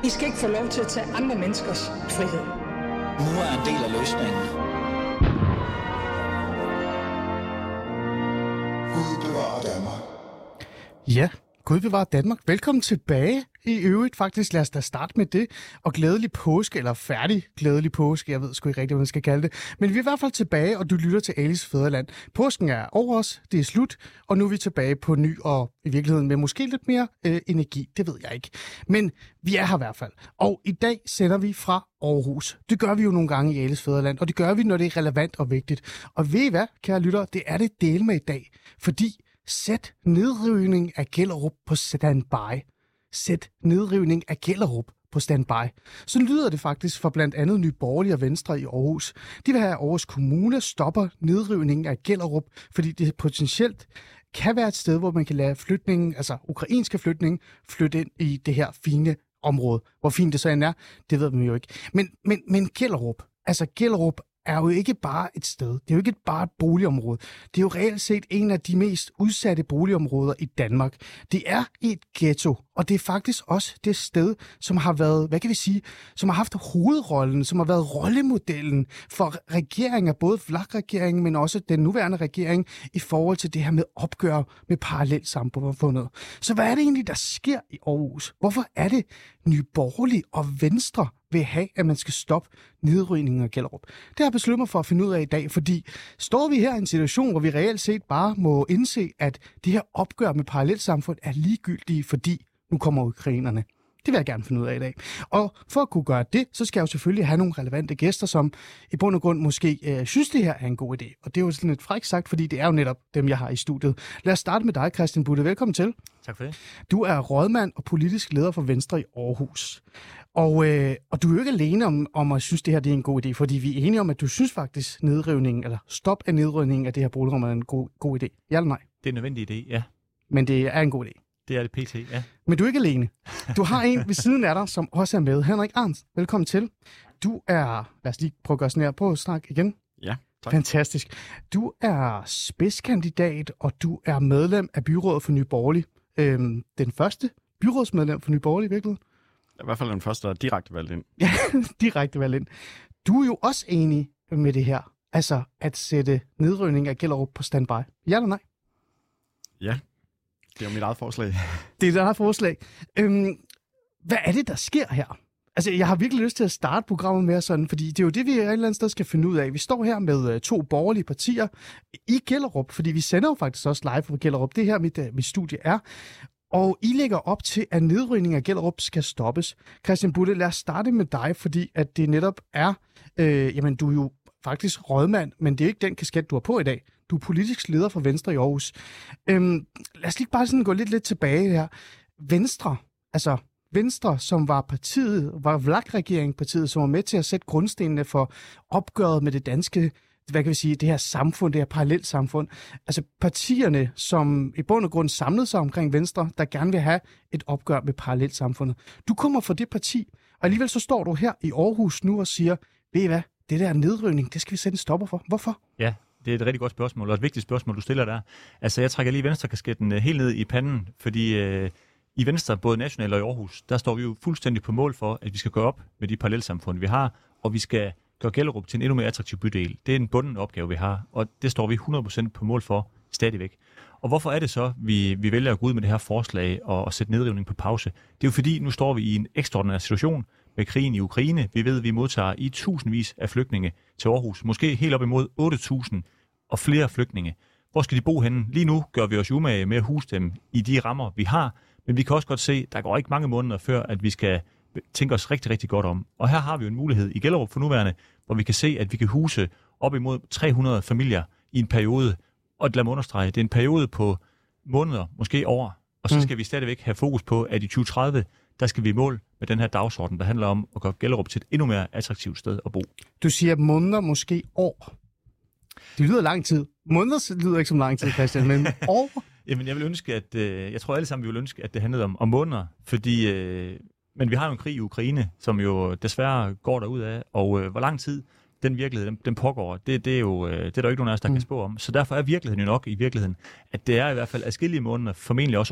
I skal ikke få lov til at tage andre menneskers frihed. Nu er en del af løsningen. Gud bevarer Danmark. Ja, Gud bevarer Danmark. Velkommen tilbage i øvrigt. Faktisk lad os da starte med det. Og glædelig påske, eller færdig glædelig påske. Jeg ved sgu ikke rigtig, hvad man skal kalde det. Men vi er i hvert fald tilbage, og du lytter til Alice Fædreland. Påsken er over os, det er slut, og nu er vi tilbage på ny, og i virkeligheden med måske lidt mere energi. Det ved jeg ikke. Men vi er her i hvert fald. Og i dag sender vi fra Aarhus. Det gør vi jo nogle gange i Alice Fædreland, og det gør vi, når det er relevant og vigtigt. Og ved I hvad, kære lyttere, det er det del med i dag. Fordi sæt nedrivning af Gellerup på standby. Sæt nedrivning af Gellerup på standby. Så lyder det faktisk for blandt andet Nye Borgerlige og Venstre i Aarhus. De vil have, at Aarhus Kommune stopper nedrivningen af Gellerup, fordi det potentielt kan være et sted, hvor man kan lade flygtninge, altså ukrainske flygtninge, flytte ind i det her fine område. Hvor fint det så end er, det ved man jo ikke. Men Gellerup, altså Gellerup er jo ikke bare et sted. Det er jo ikke bare et boligområde. Det er jo reelt set en af de mest udsatte boligområder i Danmark. Det er et ghetto, og det er faktisk også det sted, som har været, hvad kan vi sige, som har haft hovedrollen, som har været rollemodellen for regeringer, både VLAK-regeringen, men også den nuværende regering, i forhold til det her med opgør med parallelsamfundet. Så hvad er det egentlig, der sker i Aarhus? Hvorfor er det Nye Borgerlige og Venstre vil have, at man skal stoppe nedrivningen af Gellerup? Det har jeg besluttet mig for at finde ud af i dag, fordi står vi her i en situation, hvor vi reelt set bare må indse, at det her opgør med parallelsamfund er ligegyldige, fordi nu kommer ukrainerne. Det vil jeg gerne finde ud af i dag. Og for at kunne gøre det, så skal jeg jo selvfølgelig have nogle relevante gæster, som i bund og grund måske synes, det her er en god idé. Og det er jo sådan lidt frækt sagt, fordi det er jo netop dem, jeg har i studiet. Lad os starte med dig, Christian Budde. Velkommen til. Tak for det. Du er rådmand og politisk leder for Venstre i Aarhus. Og du er jo ikke alene om at synes, det her det er en god idé, fordi vi er enige om, at du synes faktisk nedrivningen, eller stop af nedrivningen af det her boligrum er en god idé. Ja eller nej? Det er en nødvendig idé, ja. Men det er en god idé. Det er det pt, ja. Men du er ikke alene. Du har en ved siden af dig, som også er med. Henrik Arndt, velkommen til. Du er, lad os lige prøve at gøre sådan her på at snakke igen. Ja, tak. Fantastisk. Du er spidskandidat, og du er medlem af byrådet for Nye Borgerlige. Den første byrådsmedlem for Nye Borgerlige, virkelig. I hvert fald den første, der er direkte valgt ind. Ja, direkte valgt ind. Du er jo også enig med det her. Altså at sætte nedrivning af Gellerup på standby. Ja eller nej? Ja, det er jo mit eget forslag. Det er dit eget forslag. Hvad er det, der sker her? Altså, jeg har virkelig lyst til at starte programmet med sådan, fordi det er jo det, vi et eller andet sted skal finde ud af. Vi står her med 2 borgerlige partier i Gellerup, fordi vi sender jo faktisk også live på Gellerup. Det her mit studie er. Og I lægger op til, at nedrivningen af Gellerup skal stoppes. Christian Budde, lad os starte med dig, fordi at det netop er, jamen du er jo faktisk rådmand, men det er ikke den kasket, du har på i dag. Du er politisk leder for Venstre i Aarhus. Lad os lige bare sådan gå lidt tilbage her. Venstre, som var VLAK-regeringspartiet, som var med til at sætte grundstenene for opgøret med det danske, hvad kan vi sige, det her samfund, det her parallelsamfund. Altså partierne, som i bund og grund samlede sig omkring Venstre, der gerne vil have et opgør med parallelsamfundet. Du kommer fra det parti, og alligevel så står du her i Aarhus nu og siger, ved I hvad, det der nedrivning, det skal vi sætte en stopper for. Hvorfor? Ja, det er et rigtig godt spørgsmål, og et vigtigt spørgsmål, du stiller der. Altså, jeg trækker lige Venstre-kasketten helt ned i panden, fordi i Venstre, både nationalt og i Aarhus, der står vi jo fuldstændig på mål for, at vi skal gå op med de parallelsamfund, vi har, og vi skal gøre Gellerup til en endnu mere attraktiv bydel. Det er en bunden opgave, vi har, og det står vi 100% på mål for stadigvæk. Og hvorfor er det så, vi vælger at gå ud med det her forslag og sætte nedrivning på pause? Det er jo fordi, nu står vi i en ekstraordinær situation med krigen i Ukraine. Vi ved, at vi modtager i tusindvis af flygtninge til Aarhus. Måske helt op imod 8.000 og flere flygtninge. Hvor skal de bo henne? Lige nu gør vi os umage med at huse dem i de rammer, vi har. Men vi kan også godt se, at der går ikke mange måneder før, at vi skal tænke os rigtig, rigtig godt om. Og her har vi jo en mulighed i Gellerup for nuværende, hvor vi kan se, at vi kan huse op imod 300 familier i en periode. Og lad mig understrege, det er en periode på måneder, måske år. Og så skal vi stadigvæk have fokus på, at i 2030, der skal vi i mål med den her dagsorden, der handler om at gøre Gellerup til et endnu mere attraktivt sted at bo. Du siger måneder, måske år. Det lyder lang tid. Måneder lyder ikke som lang tid, Christian, men år? Jamen, jeg vil ønske, at jeg tror alle sammen, vi vil ønske, at det handlede om måneder, fordi men vi har jo en krig i Ukraine, som jo desværre går derud af, og hvor lang tid den virkelighed, den pågår, det er der jo ikke nogen af os, der kan spå om. Så derfor er virkeligheden jo nok i virkeligheden, at det er i hvert fald adskillige måneder, formentlig også år,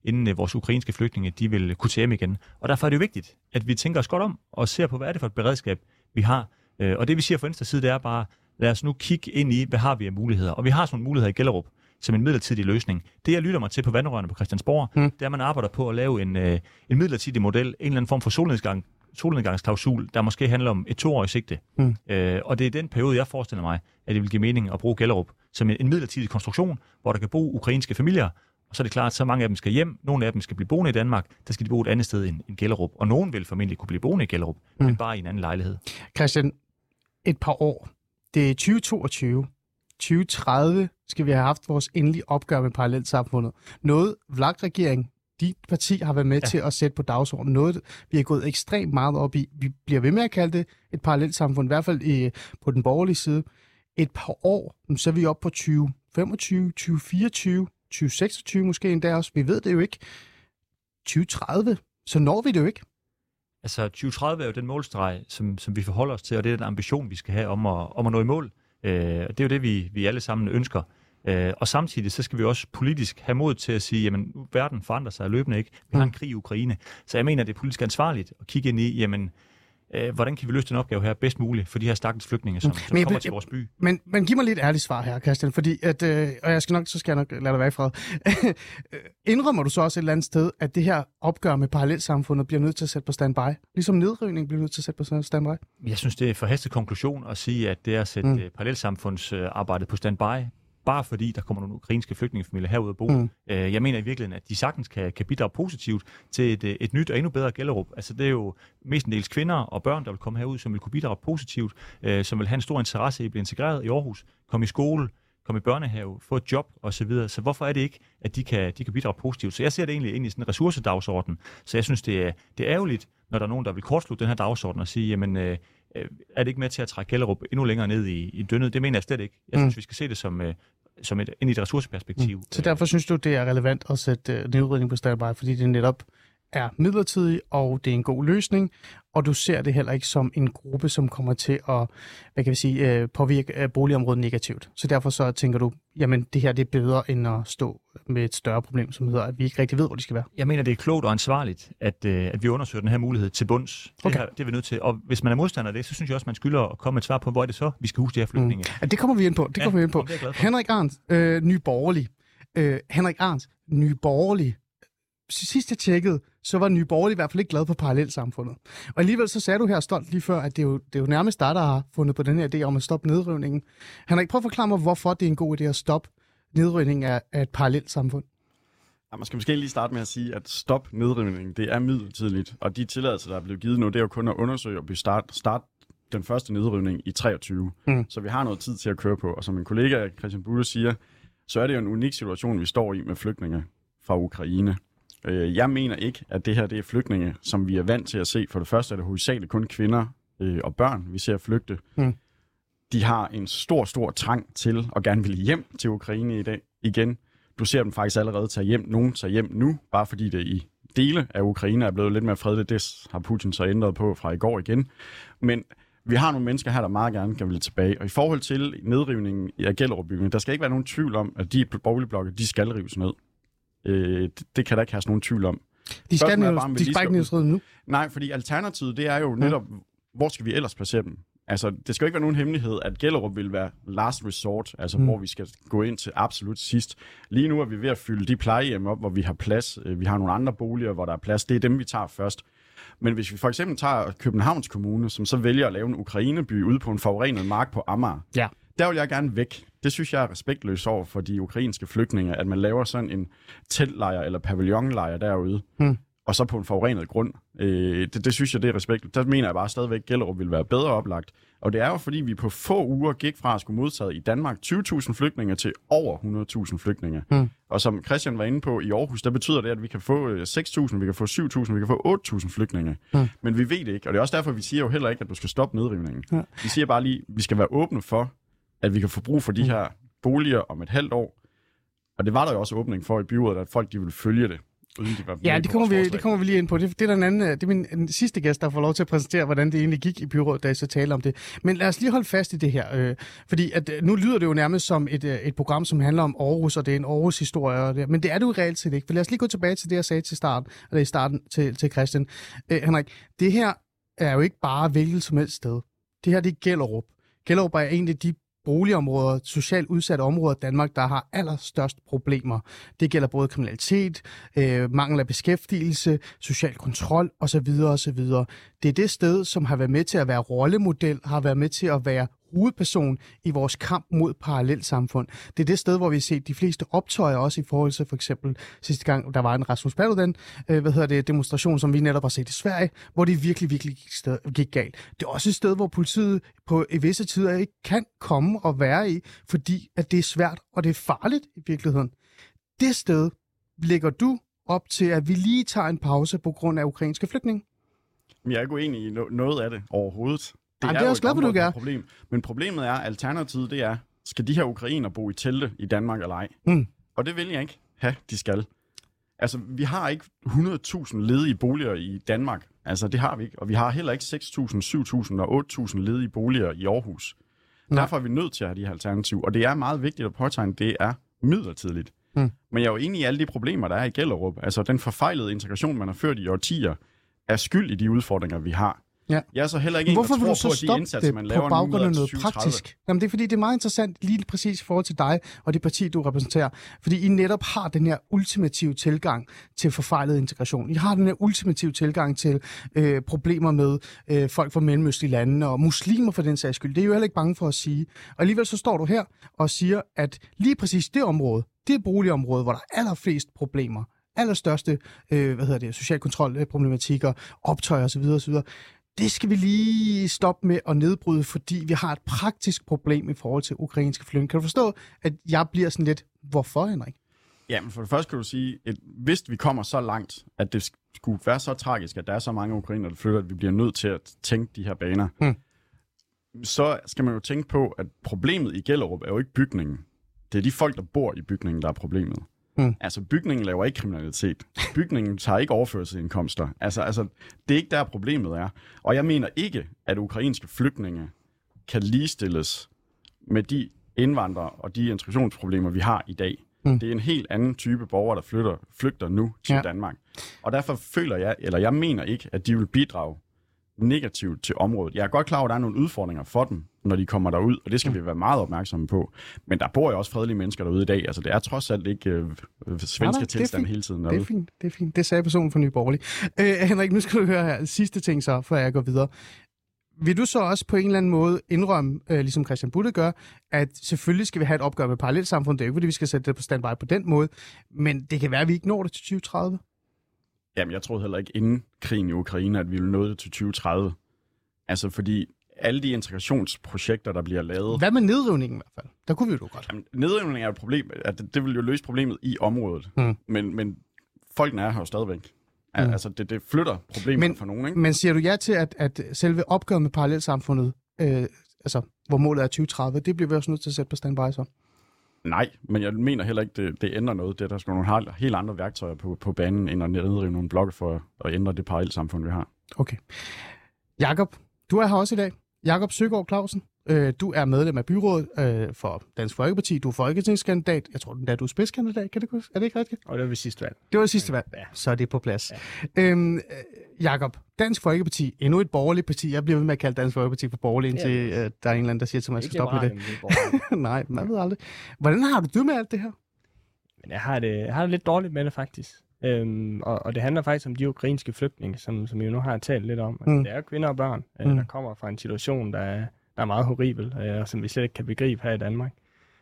inden vores ukrainske flygtninge de vil kunne tage hjem igen. Og derfor er det jo vigtigt, at vi tænker os godt om og ser på, hvad er det for et beredskab, vi har. Og det vi siger fra venstre side, det er bare, lad os nu kigge ind i, hvad har vi af muligheder. Og vi har sådan nogle muligheder i Gellerup som en midlertidig løsning. Det jeg lytter mig til på vandrørene på Christiansborg, det er, at man arbejder på at lave en midlertidig model, en eller anden form for solnedgangsklausul, der måske handler om et 2-årigt sigte. Og det er den periode, jeg forestiller mig, at det vil give mening at bruge Gellerup som en midlertidig konstruktion, hvor der kan bo ukrainske familier, og så er det klart, at så mange af dem skal hjem, nogle af dem skal blive boende i Danmark, der skal de bo et andet sted end Gellerup, og nogen vil formentlig kunne blive boende i Gellerup, men bare i en anden lejlighed. Christian, et par år. Det er 2022. 2030 skal vi have haft vores endelige opgør med parallelsamfundet. Noget VLAK-regering, dit parti har været med til at sætte på dagsordenen. Noget, vi har gået ekstremt meget op i. Vi bliver ved med at kalde det et parallelsamfund, i hvert fald på den borgerlige side. Et par år, så er vi oppe på 2025, 2024, 2026 måske endda også. Vi ved det jo ikke. 2030, så når vi det jo ikke. Altså 2030 er jo den målstreg, som vi forholder os til, og det er den ambition, vi skal have om at nå i mål. Det er jo det, vi alle sammen ønsker. Og samtidig så skal vi også politisk have mod til at sige, jamen verden forandrer sig løbende ikke. Vi har en krig i Ukraine. Så jeg mener, det er politisk ansvarligt at kigge ind i, jamen hvordan kan vi løse den opgave her bedst muligt for de her stakkels flygtninge, som kommer til vores by. Men giv mig lidt ærligt svar her, Christian, fordi at, og jeg skal nok lade dig være i fred. Indrømmer du så også et eller andet sted, at det her opgør med parallelsamfundet bliver nødt til at sætte på standby? Ligesom nedrivning bliver nødt til at sætte på standby? Jeg synes, det er for hastig konklusion at sige, at det er at sætte parallelsamfundsarbejdet på standby, bare fordi der kommer nogle ukrainske flygtningefamilier herud og bo. Jeg mener i virkeligheden, at de sagtens kan bidrage positivt til et nyt og endnu bedre Gellerup. Altså det er jo mestendels kvinder og børn, der vil komme herud, som vil kunne bidrage positivt, som vil have en stor interesse i at blive integreret i Aarhus, komme i skole, komme i børnehave, få et job osv. Så hvorfor er det ikke, at de kan bidrage positivt? Så jeg ser det egentlig ind i sådan en ressourcedagsorden. Så jeg synes, det er ærgerligt, når der er nogen, der vil kortslutte den her dagsorden og sige, jamen er det ikke med til at trække Gellerup endnu længere ned i dønnet? Det mener jeg slet ikke. Jeg synes, vi skal se det som ind i et ressourceperspektiv. Så derfor synes du, det er relevant at sætte nedrydning på standby, fordi det netop er midlertidigt, og det er en god løsning, og du ser det heller ikke som en gruppe, som kommer til at påvirke boligområdet negativt. Så derfor så tænker du, jamen det her det er bedre end at stå med et større problem, som hedder, at vi ikke rigtig ved, hvor de skal være. Jeg mener, det er klogt og ansvarligt, at vi undersøger den her mulighed til bunds. Okay. Det er vi nødt til. Og hvis man er modstander af det, så synes jeg også, man skylder at komme med et svar på, hvor er det så, vi skal huske de her flygtninge. Ja, det kommer vi ind på. Henrik Arndt, Nye Borgerlige. Henrik Arndt, Nye Borgerlige. Sidst jeg tjekkede, så var Nye Borgerlige i hvert fald ikke glad for parallelsamfundet. Og alligevel så sagde du her stolt lige før, at det er jo nærmest dig, der har fundet på den her idé om at stoppe nedrivningen. Henrik, prøv at forklare mig, hvorfor det er en god idé at stoppe nedrivningen af et parallelsamfund. Ja, man skal måske lige starte med at sige, at stop nedrivningen, det er midlertidigt. Og de tilladelser, der er blevet givet nu, det er jo kun at undersøge og starte den første nedrivning i 23. Så vi har noget tid til at køre på. Og som min kollega Christian Bulle siger, så er det jo en unik situation, vi står i med flygtninge fra Ukraine. Jeg mener ikke, at det her det er flygtninge, som vi er vant til at se. For det første er det hovedsageligt kun kvinder og børn, vi ser flygte. De har en stor trang til at gerne ville hjem til Ukraine i dag igen. Du ser dem faktisk allerede tage hjem. Nogen tager hjem nu, bare fordi det i dele af Ukraine er blevet lidt mere fredeligt. Det har Putin så ændret på fra i går igen. Men vi har nogle mennesker her, der meget gerne vil tilbage. Og i forhold til nedrivningen af Gellerupbygningen, der skal ikke være nogen tvivl om, at de boligblokke, de skal rives ned. Det kan der ikke have nogen tvivl om. De skal ikke rives nu? Nej, fordi alternativet, det er jo netop, hvor skal vi ellers placere dem? Altså, det skal jo ikke være nogen hemmelighed, at Gellerup vil være last resort, altså hvor vi skal gå ind til absolut sidst. Lige nu er vi ved at fylde de plejehjem op, hvor vi har plads. Vi har nogle andre boliger, hvor der er plads. Det er dem, vi tager først. Men hvis vi for eksempel tager Københavns Kommune, som så vælger at lave en Ukraineby ude på en forurenet mark på Amager, der vil jeg gerne væk. Det synes jeg er respektløst over for de ukrainske flygtninge, at man laver sådan en teltlejr eller pavillonlejr derude, og så på en forurenet grund. Det synes jeg, det er respektløst. Der mener jeg bare stadigvæk, at Gellerup vil være bedre oplagt. Og det er jo fordi, vi på få uger gik fra at skulle modtage i Danmark 20.000 flygtninge til over 100.000 flygtninge. Og som Christian var inde på i Aarhus, der betyder det, at vi kan få 6.000, vi kan få 7.000, vi kan få 8.000 flygtninge. Men vi ved det ikke, og det er også derfor, vi siger jo heller ikke, at du skal stoppe nedrivningen. Vi siger bare lige, at vi skal være åbne for, at vi kan få brug for de her boliger om et halvt år. Og det var der jo også åbning for i byrådet, at folk de ville følge det. uden de var Ja, det kommer vi lige ind på. Det er den anden, det er min sidste gæst, der får lov til at præsentere, hvordan det egentlig gik i byrådet, da I så taler om det. Men lad os lige holde fast i det her, fordi at, nu lyder det jo nærmest som et program, som handler om Aarhus, og det er en Aarhus-historie, men det er det jo reelt set ikke. For lad os lige gå tilbage til det, jeg sagde i starten til Christian. Henrik, det her er jo ikke bare hvilket som helst sted. Det her, det er Gellerup. Gellerup er en af de boligområder, socialt udsatte områder i Danmark, der har allerstørst problemer. Det gælder både kriminalitet, mangel af beskæftigelse, social kontrol osv. osv. Det er det sted, som har været med til at være rollemodel, har været med til at være hovedperson i vores kamp mod parallelsamfund. Det er det sted, hvor vi har set de fleste optøjer, også i forhold til for eksempel sidste gang, der var en Rasmus Paludan, demonstration, som vi netop har set i Sverige, hvor det virkelig gik galt. Det er også et sted, hvor politiet på visse tider ikke kan komme og være i, fordi at det er svært, og det er farligt i virkeligheden. Det sted lægger du op til, at vi lige tager en pause på grund af ukrainske flygtninge? Jeg er ikke uenig i noget af det overhovedet. Det er også glad for, du gør. Problem. Men problemet er, alternativet det er, skal de her ukrainer bo i telte i Danmark eller ej? Og det vil jeg ikke have, de skal. Altså, vi har ikke 100.000 ledige boliger i Danmark. Altså, det har vi ikke. Og vi har heller ikke 6.000, 7.000 og 8.000 ledige boliger i Aarhus. Derfor er vi nødt til at have de her alternativer. Og det er meget vigtigt at påtegne, det er midlertidigt. Men jeg er jo enig i alle de problemer, der er i Gellerup. Altså, den forfejlede integration, man har ført i årtier, er skyld i de udfordringer, vi har. Ja. Jeg er så heller ikke en, der tror på, at de indsatser, man laver nu med 2030. Jamen, det er fordi, det er meget interessant lige præcis i forhold til dig og det parti, du repræsenterer. Fordi I netop har den her ultimative tilgang til forfejlet integration. I har den her ultimative tilgang til problemer med folk fra mellemøstlige lande og muslimer for den sags skyld. Det er jo heller ikke bange for at sige. Og alligevel så står du her og siger, at lige præcis det område, det er boligområdet, hvor der er allerflest problemer, allerstørste social kontrolproblematikker, optøjer osv. Det skal vi lige stoppe med at nedbryde, fordi vi har et praktisk problem i forhold til ukrainske flygtninge. Kan du forstå, at jeg bliver sådan lidt, hvorfor, Henrik? Ja, men for det første kan du sige, at hvis vi kommer så langt, at det skulle være så tragisk, at der er så mange ukrainere, der flytter, at vi bliver nødt til at tænke de her baner, så skal man jo tænke på, at problemet i Gellerup er jo ikke bygningen. Det er de folk, der bor i bygningen, der er problemet. Altså, bygningen laver ikke kriminalitet. Bygningen tager ikke overførselsindkomster. Altså, det er ikke der, problemet er. Og jeg mener ikke, at ukrainske flygtninge kan ligestilles med de indvandrere og de integrationsproblemer, vi har i dag. Det er en helt anden type borgere, der flygter nu til Danmark. Og derfor jeg mener ikke, at de vil bidrage negativt til området. Jeg er godt klar over, at der er nogle udfordringer for dem, når de kommer derud, og det skal vi være meget opmærksomme på. Men der bor jo også fredelige mennesker derude i dag. Altså, det er trods alt ikke svenske tilstand hele tiden derude. Det er fint. Det sagde personen for Nye Borgerlige. Henrik, nu skal du høre her. Sidste ting så, før jeg går videre. Vil du så også på en eller anden måde indrømme, ligesom Christian Budde gør, at selvfølgelig skal vi have et opgør med parallelsamfund. Det er jo ikke, fordi vi skal sætte det på standby på den måde, men det kan være, at vi ikke når det til 2030. Jamen, jeg troede heller ikke inden krigen i Ukraine, at vi ville nå det til 2030. Altså, fordi alle de integrationsprojekter, der bliver lavet... Hvad med nedrivningen i hvert fald? Der kunne vi jo godt. Jamen, nedrivningen er et problem. At det vil jo løse problemet i området. Men folkene er her jo stadigvæk. Altså, det flytter problemet for nogen, ikke? Men siger du ja til, at selve opgøret med parallelsamfundet, hvor målet er 2030, det bliver vi også nødt til at sætte på standby så? Nej, men jeg mener heller ikke, det ændrer noget. Der skal nogle helt andre værktøjer på banen, end at nedrive nogle blokke for at ændre det parallelsamfund, vi har. Okay. Jakob, du er her også i dag. Jakob Søgaard Clausen. Du er medlem af byrådet for Dansk Folkeparti. Du er folketingskandidat. Jeg tror, du er spidskandidat. Er det ikke rigtigt? Og det var ved sidste valg. Det var sidste valg. Ja. Så er det på plads. Ja. Jakob, Dansk Folkeparti, endnu et borgerligt parti. Jeg bliver ved med at kalde Dansk Folkeparti for borgerlig, indtil der er en eller anden, der siger til mig, at jeg skal stoppe med det. Nej, man ved aldrig. Hvordan har du det med alt det her? Men jeg har det lidt dårligt med det, faktisk. Og det handler faktisk om de ukrainske flygtninge, som vi jo nu har talt lidt om. Det er jo kvinder og børn, der kommer fra en situation, der er meget horribel, og som vi slet ikke kan begribe her i Danmark.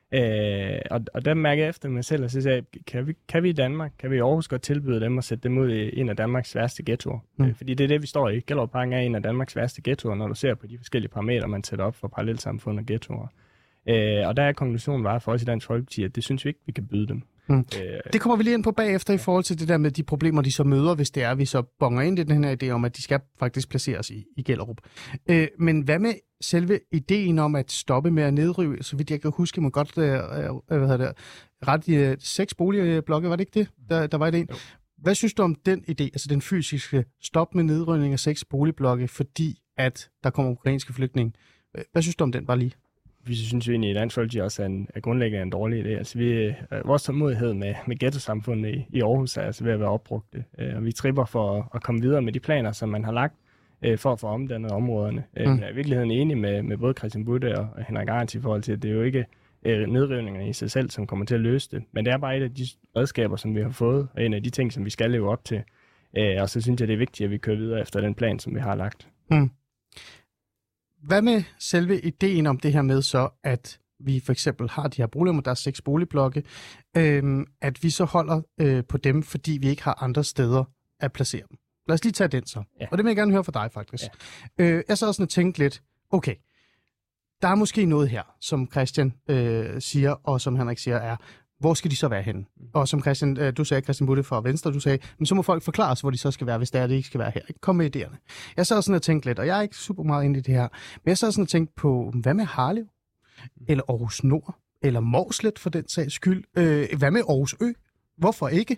Og der mærker jeg efter mig selv, og så siger jeg, kan vi i Danmark, kan vi i Aarhus godt tilbyde dem at sætte dem ud i en af Danmarks værste ghettoer? Fordi det er det, vi står i. Gellerupparken er en af Danmarks værste ghettoer, når du ser på de forskellige parametre, man sætter op for parallelsamfund og ghettoer. Og der er konklusionen bare for os i Dansk Folkeparti, at det synes vi ikke, vi kan byde dem. Det kommer vi lige ind på bagefter i forhold til det der med de problemer, de så møder, hvis det er, vi så bonger ind i den her idé om, at de skal faktisk placeres i Gellerup. Men hvad med selve ideen om at stoppe med at nedrive, så vidt jeg kan huske, man godt ret i 6 boligblokke, var det ikke det, der var ideen? Hvad synes du om den idé, altså den fysiske stop med nedrivning af 6 boligblokke, fordi at der kommer ukrainske flygtninge? Hvad synes du om den bare lige? Vi synes jo egentlig, at Dansk Folkeparti også er grundlæggende en dårlig idé. Altså, vores tålmodighed med ghetto-samfundet i Aarhus er altså ved at være opbrugte. Og vi tripper for at komme videre med de planer, som man har lagt for at få omdannet områderne. Jeg er i virkeligheden enig med både Christian Budde og Henrik Arendt i forhold til, at det er jo ikke nedrivningerne i sig selv, som kommer til at løse det. Men det er bare et af de redskaber, som vi har fået, og en af de ting, som vi skal leve op til. Og så synes jeg, det er vigtigt, at vi kører videre efter den plan, som vi har lagt. Hvad med selve ideen om det her med så, at vi for eksempel har de her boligområder, der er 6 boligblokke, at vi så holder på dem, fordi vi ikke har andre steder at placere dem? Lad os lige tage den så. Ja. Og det vil jeg gerne høre fra dig, faktisk. Ja. Jeg så også tænkt lidt, okay, der er måske noget her, som Christian siger, og som Henrik siger, er, hvor skal de så være henne? Og som Christian, du sagde, Christian Budde fra Venstre, du sagde, men så må folk forklare os, hvor de så skal være, hvis det er, det ikke skal være her. Kom med idéerne. Jeg så sådan og tænkt lidt, og jeg er ikke super meget inde i det her, men jeg så sådan og tænkt på, hvad med Harlev? Eller Aarhus Nord? Eller Mårslet for den sags skyld? Hvad med Aarhus Ø? Hvorfor ikke?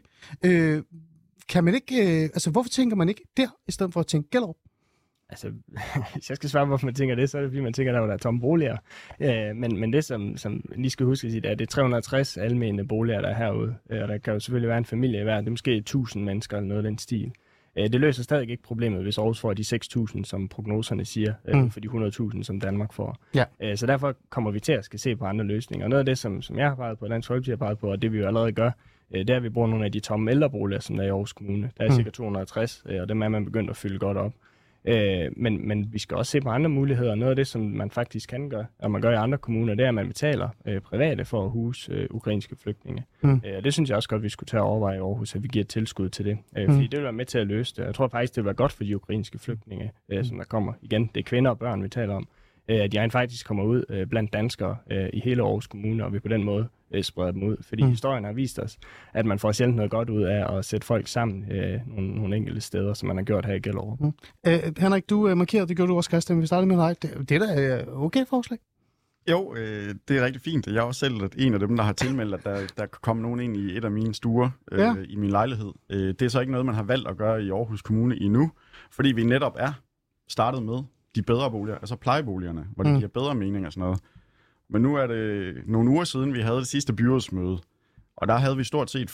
Kan man ikke, hvorfor tænker man ikke der, i stedet for at tænke Gellerup? Altså, hvis jeg skal svare, hvorfor man tænker det, så er det, fordi man tænker, der er tomme boliger. Men det, som lige skal huske at sige, det er 360 almene boliger, der er herude. Og der kan jo selvfølgelig være en familie i hver. Det er måske 1000 mennesker eller noget af den stil. Det løser stadig ikke problemet, hvis Aarhus får de 6.000, som prognoserne siger, for de 100.000, som Danmark får. Ja. Så derfor kommer vi til at skal se på andre løsninger. Og noget af det, som jeg har peget på, Dansk Folkeparti har peget på, og det vi jo allerede gør, det er, at vi bruger nogle af de tomme ældreboliger, som der er i Aarhus Kommune. Der er cirka 260, og dem er man begyndt at fylde godt op. Men vi skal også se på andre muligheder. Noget af det, som man faktisk kan gøre, og man gør i andre kommuner, det er, at man betaler private for at huse ukrainske flygtninge. Og det synes jeg også godt, vi skulle tage at overveje i Aarhus, at vi giver et tilskud til det. Fordi det vil være med til at løse det. Jeg tror faktisk, det vil være godt for de ukrainske flygtninge, som der kommer. Igen, det er kvinder og børn, vi taler om. At de faktisk kommer ud blandt danskere i hele Aarhus Kommune, og vi på den måde spreder dem ud. Fordi historien har vist os, at man får sjældent noget godt ud af at sætte folk sammen nogle enkelte steder, som man har gjort her i Gellerup. Henrik, du markerede, det gjorde du også, Christian. Vi startede med dig. Det er da okay forslag? Jo, det er rigtig fint. Jeg er også selv en af dem, der har tilmeldt, at der kan komme nogen ind i et af mine stuer i min lejlighed. Det er så ikke noget, man har valgt at gøre i Aarhus Kommune endnu, fordi vi netop er startet med de bedre boliger, altså plejeboligerne, hvor det giver bedre mening og sådan noget. Men nu er det nogle uger siden, vi havde det sidste byrådsmøde, og der havde vi stort set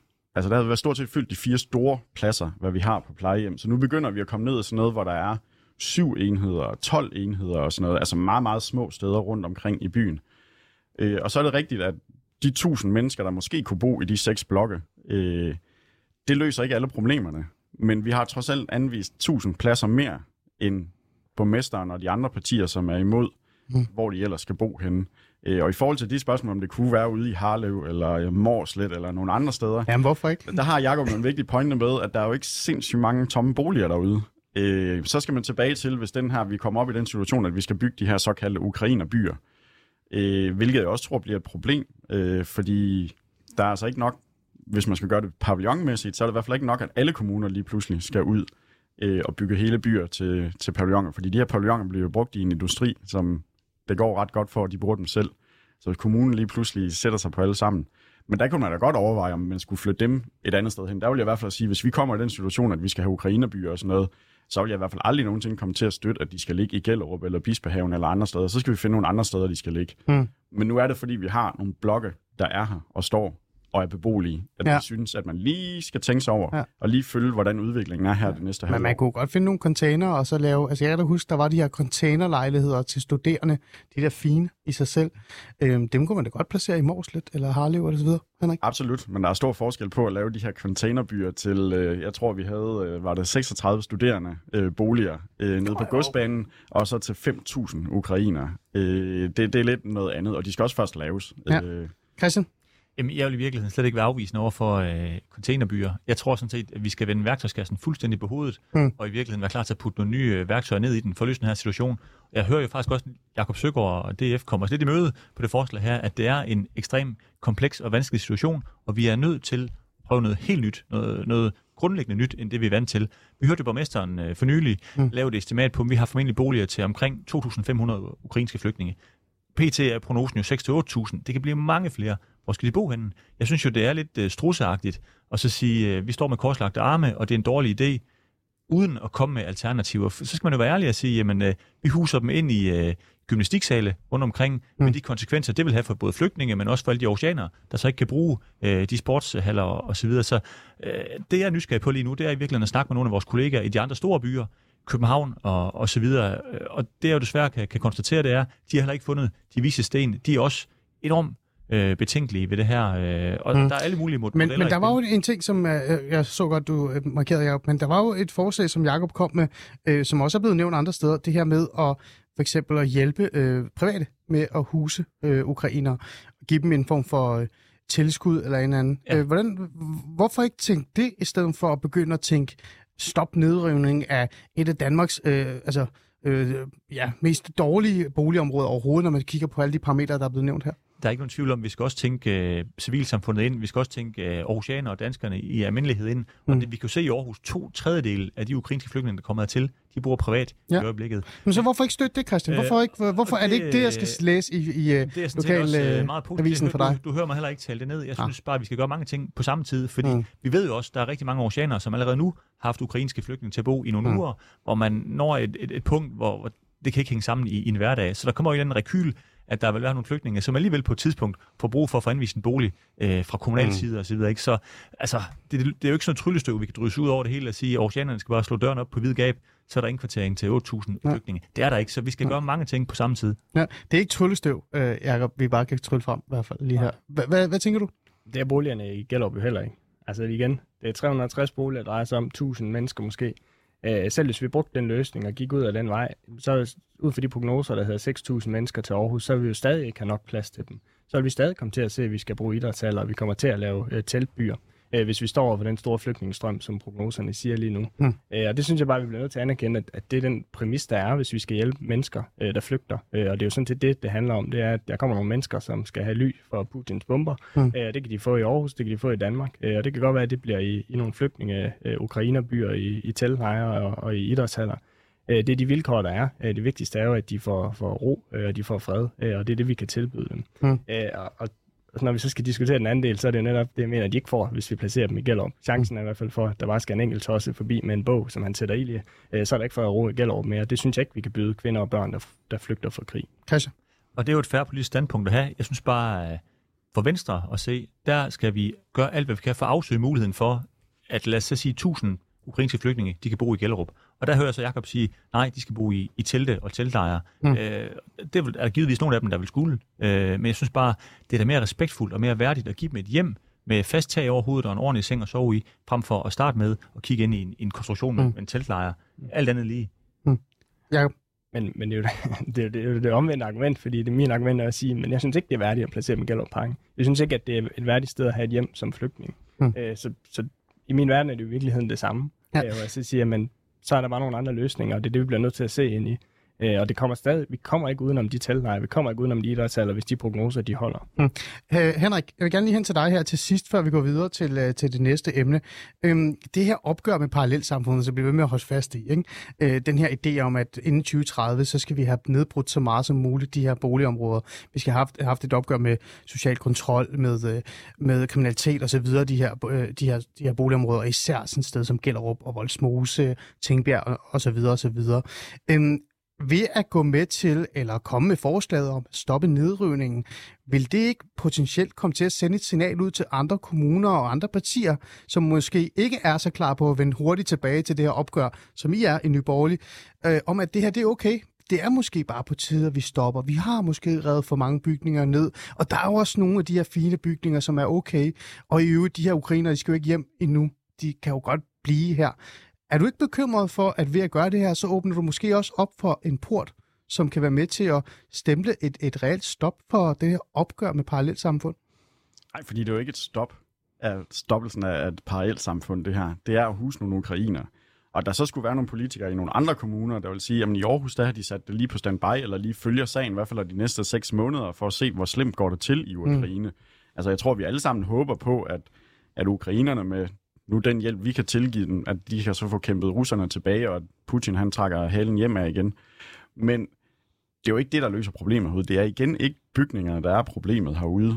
fyldt de 4 store pladser, hvad vi har på plejehjem. Så nu begynder vi at komme ned i sådan noget, hvor der er 7 enheder, 12 enheder og sådan noget, altså meget, meget små steder rundt omkring i byen. Og så er det rigtigt, at de 1000 mennesker, der måske kunne bo i de 6 blokke, det løser ikke alle problemerne. Men vi har trods alt anvist 1000 pladser mere end borgmesteren og de andre partier, som er imod, hvor de ellers skal bo henne. Og i forhold til de spørgsmål, om det kunne være ude i Harlev, eller Mårslet, eller nogle andre steder. Jamen, hvorfor ikke? Der har Jacob en vigtig pointe med, at der er jo ikke sindssygt mange tomme boliger derude. Så skal man tilbage til, hvis vi kommer op i den situation, at vi skal bygge de her såkaldte ukrainerbyer. Hvilket jeg også tror bliver et problem, fordi der er altså ikke nok, hvis man skal gøre det pavillonmæssigt, så er det i hvert fald ikke nok, at alle kommuner lige pludselig skal ud og bygge hele byer til pavilloner, fordi de her pavilloner bliver jo brugt i en industri, som det går ret godt for, at de bruger dem selv. Så hvis kommunen lige pludselig sætter sig på alle sammen. Men der kunne man da godt overveje, om man skulle flytte dem et andet sted hen. Der vil jeg i hvert fald sige, hvis vi kommer i den situation, at vi skal have ukrainerbyer og sådan noget, så vil jeg i hvert fald aldrig nogensinde komme til at støtte, at de skal ligge i Gellerup eller Bispehaven eller andre steder. Så skal vi finde nogle andre steder, de skal ligge. Men nu er det, fordi vi har nogle blokke, der er her og står og er beboelige, at vi synes, at man lige skal tænke sig over, og lige følge, hvordan udviklingen er her det næste halvår. Men man kunne godt finde nogle container, og så lave, altså jeg kan da huske, der var de her containerlejligheder til studerende, de der fine i sig selv. Dem kunne man da godt placere i Mårslet, eller Harlev, eller så videre, Henrik? Absolut, men der er stor forskel på at lave de her containerbyer til, jeg tror vi havde, var det 36 studerende boliger nede på godsbanen, og så til 5.000 ukrainere. Det er lidt noget andet, og de skal også først laves. Christian? Jamen, jeg vil i virkeligheden slet ikke være afvisende over for containerbyer. Jeg tror sådan set, at vi skal vende værktøjskassen fuldstændig på hovedet, og i virkeligheden være klar til at putte nogle nye værktøjer ned i den for at løse den her situation. Jeg hører jo faktisk også, at Jakob Søgaard og DF kommer lidt i møde på det forslag her, at det er en ekstrem kompleks og vanskelig situation, og vi er nødt til at prøve noget helt nyt, noget grundlæggende nyt, end det vi er vant til. Vi hørte borgmesteren for nylig lave et estimat på, at vi har formentlig boliger til omkring 2.500 ukrainske flygtninge. PT er prognosen jo 6-8.000. Det kan blive mange flere. hvor skal de bo henne? Jeg synes jo, det er lidt strudseagtigt at så sige, vi står med korslagte arme, og det er en dårlig idé, uden at komme med alternativer. Så skal man jo være ærlig og sige, jamen, vi huser dem ind i gymnastiksale rundt omkring, med de konsekvenser, det vil have for både flygtninge, men også for alle de oceaner, der så ikke kan bruge de sportshaller og så videre. Så det, jeg er nysgerrig på lige nu, det er i virkeligheden at snakke med nogle af vores kollegaer i de andre store byer, København og så videre. Og det, jeg jo desværre kan konstatere, det er, de har heller ikke fundet de vise sten. De er også enormt betænkelige ved det her. Og der er alle mulige modeller. Men der var jo en ting, som jeg så godt, du markerede, Jacob, men der var jo et forslag, som Jacob kom med, som også er blevet nævnt andre steder, det her med at for eksempel at hjælpe private med at huse ukrainere, og give dem en form for tilskud eller en anden. Ja. Hvorfor ikke tænke det, i stedet for at begynde at tænke stop nedrivning af et af Danmarks mest dårlige boligområder overhovedet, når man kigger på alle de parametre, der er blevet nævnt her? Der er ikke nogen tvivl om, at vi skal også tænke civilsamfundet ind. Vi skal også tænke aarhusianere og danskerne i almindelighed ind. Og det, vi kan jo se i Aarhus, 2/3 af de ukrainske flygtninge, der kommer hertil, de bor privat i øjeblikket. Men så hvorfor ikke støtte det, Christian? Hvorfor er det ikke det, jeg skal læse i lokalavisen for dig? Du hører mig heller ikke tale det ned. Jeg synes bare, at vi skal gøre mange ting på samme tid, fordi vi ved jo også, at der er rigtig mange aarhusianere, som allerede nu har haft ukrainske flygtninge til at bo i nogle uger, hvor man når et punkt, hvor det kan ikke hænge sammen i en hverdag. Så der kommer jo en rekyl, at der vil være nogle flygtninge, som alligevel på et tidspunkt får brug for at få anvist en bolig fra kommunal side og så videre. Ikke? Så altså, det er jo ikke sådan et tryllestøv, vi kan drysse ud over det hele og sige, at aarhusianerne skal bare slå døren op på vid gab, så er der indkvartering til 8.000 flygtninge. Det er der ikke, så vi skal gøre mange ting på samme tid. Ja, det er ikke tryllestøv, Jacob, vi bare kan trylle frem, i hvert fald lige her. Hvad tænker du? Det er boligerne i Gellerup jo heller ikke. Altså igen, det er 360 boliger, der drejer sig om 1.000 mennesker måske. Selv hvis vi brugte den løsning og gik ud af den vej, så ud fra de prognoser, der hedder 6.000 mennesker til Aarhus, så vil vi jo stadig ikke have nok plads til dem. Så vil vi stadig komme til at se, at vi skal bruge idrætshaller, og vi kommer til at lave teltbyer, hvis vi står over for den store flygtningestrøm, som prognoserne siger lige nu. Og det synes jeg bare, vi bliver nødt til at anerkende, at det er den præmis, der er, hvis vi skal hjælpe mennesker, der flygter. Og det er jo sådan set det handler om. Det er, at der kommer nogle mennesker, som skal have ly for Putins bomber. Det kan de få i Aarhus, det kan de få i Danmark. Og det kan godt være, at det bliver i nogle flygtninge ukrainerbyer i teltlejre og i idrætshaller. Det er de vilkår, der er. Det vigtigste er jo, at de får ro, og de får fred, og det er det, vi kan tilbyde dem. Og når vi så skal diskutere den anden del, så er det jo netop det, jeg mener, at de ikke får, hvis vi placerer dem i Gellerup. Chancen er i hvert fald for, at der bare skal en enkelt tosse forbi med en bog, som han sætter i, så er der ikke for at ro i Gellerup mere. Det synes jeg ikke, vi kan byde kvinder og børn, der flygter fra krig. Christian? Og det er jo et fair politisk standpunkt at have. Jeg synes bare, for Venstre at se, der skal vi gøre alt, hvad vi kan for at afsøge muligheden for, at lad os så sige 1.000 ukrainske flygtninge, de kan bo i Gellerup. Og der hører jeg så Jacob sige, nej, de skal bo i telte og teltlejre. Det er der givetvis nogle af dem, der vil skulle. Men jeg synes bare, det er da mere respektfuldt og mere værdigt at give dem et hjem med fast tag over hovedet og en ordentlig seng at sove i, frem for at starte med at kigge ind i en konstruktion med en teltlejre. Alt andet lige. Jacob? Men det er jo det omvendte argument, fordi det er min argument at sige, men jeg synes ikke, det er værdigt at placere dem i Gellerupparken. Jeg synes ikke, at det er et værdigt sted at have et hjem som flygtning. Så i min verden er det i virkeligheden det samme. Og så siger man, så er der bare nogle andre løsninger, og det er det, vi bliver nødt til at se ind i. Og det kommer stadig, vi kommer ikke udenom de teltlejre, vi kommer ikke udenom de idrætshaller, hvis de prognoser, de holder. Henrik, jeg vil gerne lige hen til dig her til sidst, før vi går videre til det næste emne. Det her opgør med parallelsamfundet, så bliver vi ved med at holde fast i, ikke? Den her idé om, at inden 2030, så skal vi have nedbrudt så meget som muligt de her boligområder. Vi skal have haft et opgør med social kontrol, med kriminalitet og så videre, de her boligområder, især sådan et sted som Gellerup og Vollsmose, Tingbjerg og så videre og så videre. Ved at gå med til, eller komme med forslaget om at stoppe nedrivningen, vil det ikke potentielt komme til at sende et signal ud til andre kommuner og andre partier, som måske ikke er så klar på at vende hurtigt tilbage til det her opgør, som I er i Nye Borgerlige, om at det her det er okay? Det er måske bare på tide, at vi stopper. Vi har måske revet for mange bygninger ned, og der er jo også nogle af de her fine bygninger, som er okay. Og i øvrigt, de her ukrainere, de skal jo ikke hjem endnu. De kan jo godt blive her. Er du ikke bekymret for, at ved at gøre det her, så åbner du måske også op for en port, som kan være med til at stemple et reelt stop for det her opgør med parallelsamfund? Nej, fordi det er jo ikke et stop af stoppelsen af et parallelsamfund, det her. Det er at huse nogle ukrainere. Og der så skulle være nogle politikere i nogle andre kommuner, der vil sige, at i Aarhus, der har de sat det lige på standby, eller lige følger sagen, i hvert fald de næste 6 måneder, for at se, hvor slemt går det til i Ukraine. Altså, jeg tror, vi alle sammen håber på, at ukrainerne med nu den hjælp, vi kan tilgive dem, at de kan så få kæmpet russerne tilbage, og at Putin, han trækker halen hjem af igen. Men det er jo ikke det, der løser problemet herude. Det er igen ikke bygningerne, der er problemet herude.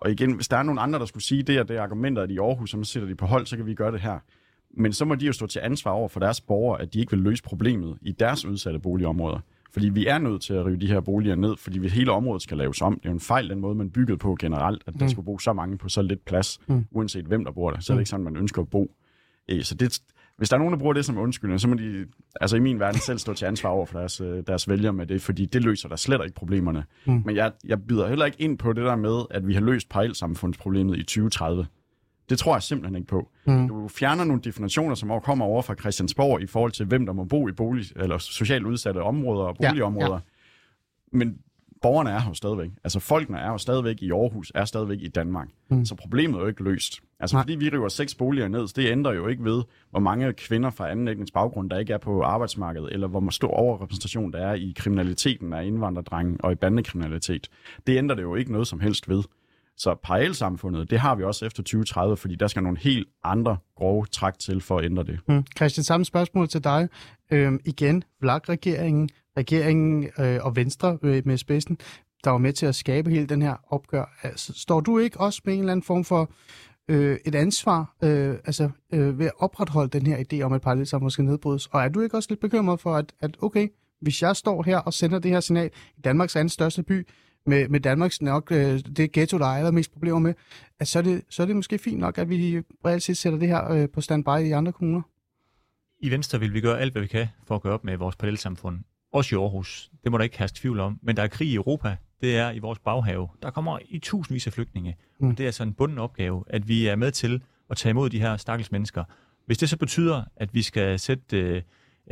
Og igen, hvis der er nogen andre, der skulle sige det, og det er argumenter, at i Aarhus, så sætter de på hold, så kan vi gøre det her. Men så må de jo stå til ansvar over for deres borgere, at de ikke vil løse problemet i deres udsatte boligområder. Fordi vi er nødt til at rive de her boliger ned, fordi hele området skal laves om. Det er jo en fejl, den måde, man byggede på generelt, at der skulle bo så mange på så lidt plads, uanset hvem der bor der. Så er det ikke sådan, man ønsker at bo. Så det, hvis der er nogen, der bruger det som undskyldning, så må de altså i min verden selv stå til ansvar over for deres vælgere med det, fordi det løser der slet ikke problemerne. Men jeg byder heller ikke ind på det der med, at vi har løst parallelsamfundsproblemet i 2030. Det tror jeg simpelthen ikke på. Du fjerner nogle definitioner, som kommer over fra Christiansborg i forhold til, hvem der må bo i eller socialt udsatte områder og boligområder. Ja. Men borgerne er jo stadigvæk. Altså folkene er jo stadigvæk i Aarhus, er stadigvæk i Danmark. Så problemet er jo ikke løst. Altså fordi vi river 6 boliger ned, det ændrer jo ikke ved, hvor mange kvinder fra anden etnisk baggrund, der ikke er på arbejdsmarkedet, eller hvor stor overrepræsentation der er i kriminaliteten af indvandrerdrenge og i bandekriminalitet. Det ændrer det jo ikke noget som helst ved. Så parallelsamfundet, det har vi også efter 2030, fordi der skal nogle helt andre grove træk til for at ændre det. Christian, samme spørgsmål til dig. Igen, regeringen og Venstre med spidsen, der var med til at skabe hele den her opgør. Altså, står du ikke også med en eller anden form for et ansvar ved at opretholde den her idé om, at parallelsamfundet skal nedbrydes? Og er du ikke også lidt bekymret for, at okay, hvis jeg står her og sender det her signal i Danmarks anden største by, med Danmarks nok det ghetto, der er allermest problemer med, at så er det måske fint nok, at vi reelt set sætter det her på standby i andre kommuner? I Venstre vil vi gøre alt, hvad vi kan for at gøre op med vores parallelsamfund. Også i Aarhus. Det må der ikke herske tvivl om. Men der er krig i Europa. Det er i vores baghave. Der kommer i tusindvis af flygtninge. Og det er altså en bunden opgave, at vi er med til at tage imod de her stakkels mennesker. Hvis det så betyder, at vi skal sætte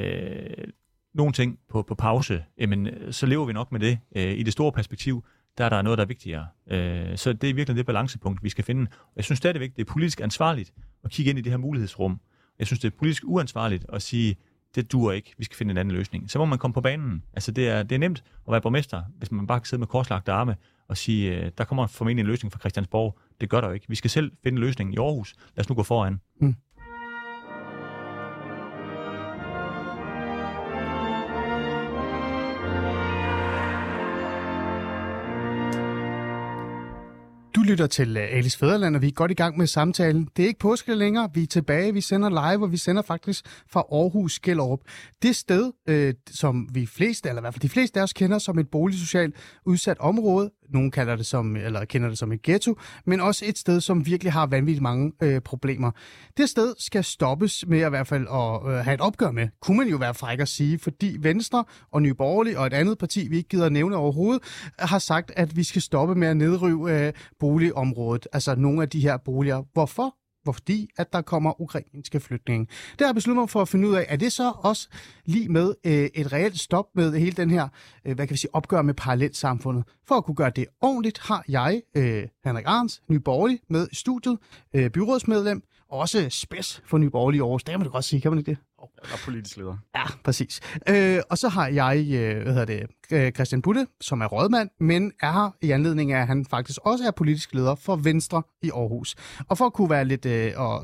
nogle ting på pause, jamen, så lever vi nok med det. I det store perspektiv, der er der noget, der er vigtigere. Så det er virkelig det balancepunkt, vi skal finde. Jeg synes stadigvæk, det er politisk ansvarligt at kigge ind i det her mulighedsrum. Jeg synes, det er politisk uansvarligt at sige, det duer ikke, vi skal finde en anden løsning. Så må man komme på banen. Altså, det er nemt at være borgmester, hvis man bare kan sidde med korslagte arme og sige, der kommer formentlig en løsning fra Christiansborg. Det gør der jo ikke. Vi skal selv finde en løsning i Aarhus. Lad os nu gå foran. Du lytter til Alice Fæderland, og vi er godt i gang med samtalen. Det er ikke påske længere, vi er tilbage, vi sender live, og vi sender faktisk fra Aarhus Gellerup. Det sted, som vi fleste, eller i hvert fald de fleste af os kender som et boligsocialt udsat område. Nogle kender det som et ghetto, men også et sted, som virkelig har vanvittigt mange problemer. Det sted skal stoppes med i hvert fald at have et opgør med, kunne man jo være fræk at sige, fordi Venstre og Nye Borgerlige og et andet parti, vi ikke gider at nævne overhovedet, har sagt, at vi skal stoppe med at nedrive boligområdet, altså nogle af de her boliger. Hvorfor? Fordi at der kommer ukrainske flygtninge. Det har jeg besluttet mig for at finde ud af, er det så også lige med et reelt stop med hele den her, opgør med parallelsamfundet. For at kunne gøre det ordentligt, har jeg, Henrik Arns, Nye Borgerlige, med i studiet, byrådsmedlem, og også spids for Nye Borgerlige i Aarhus. Det kan man da godt sige, kan man ikke det? Jeg er politisk leder. Ja, præcis. Og så har jeg, Christian Butte, som er rådmand, men er her i anledning af, at han faktisk også er politisk leder for Venstre i Aarhus. Og for at kunne være lidt,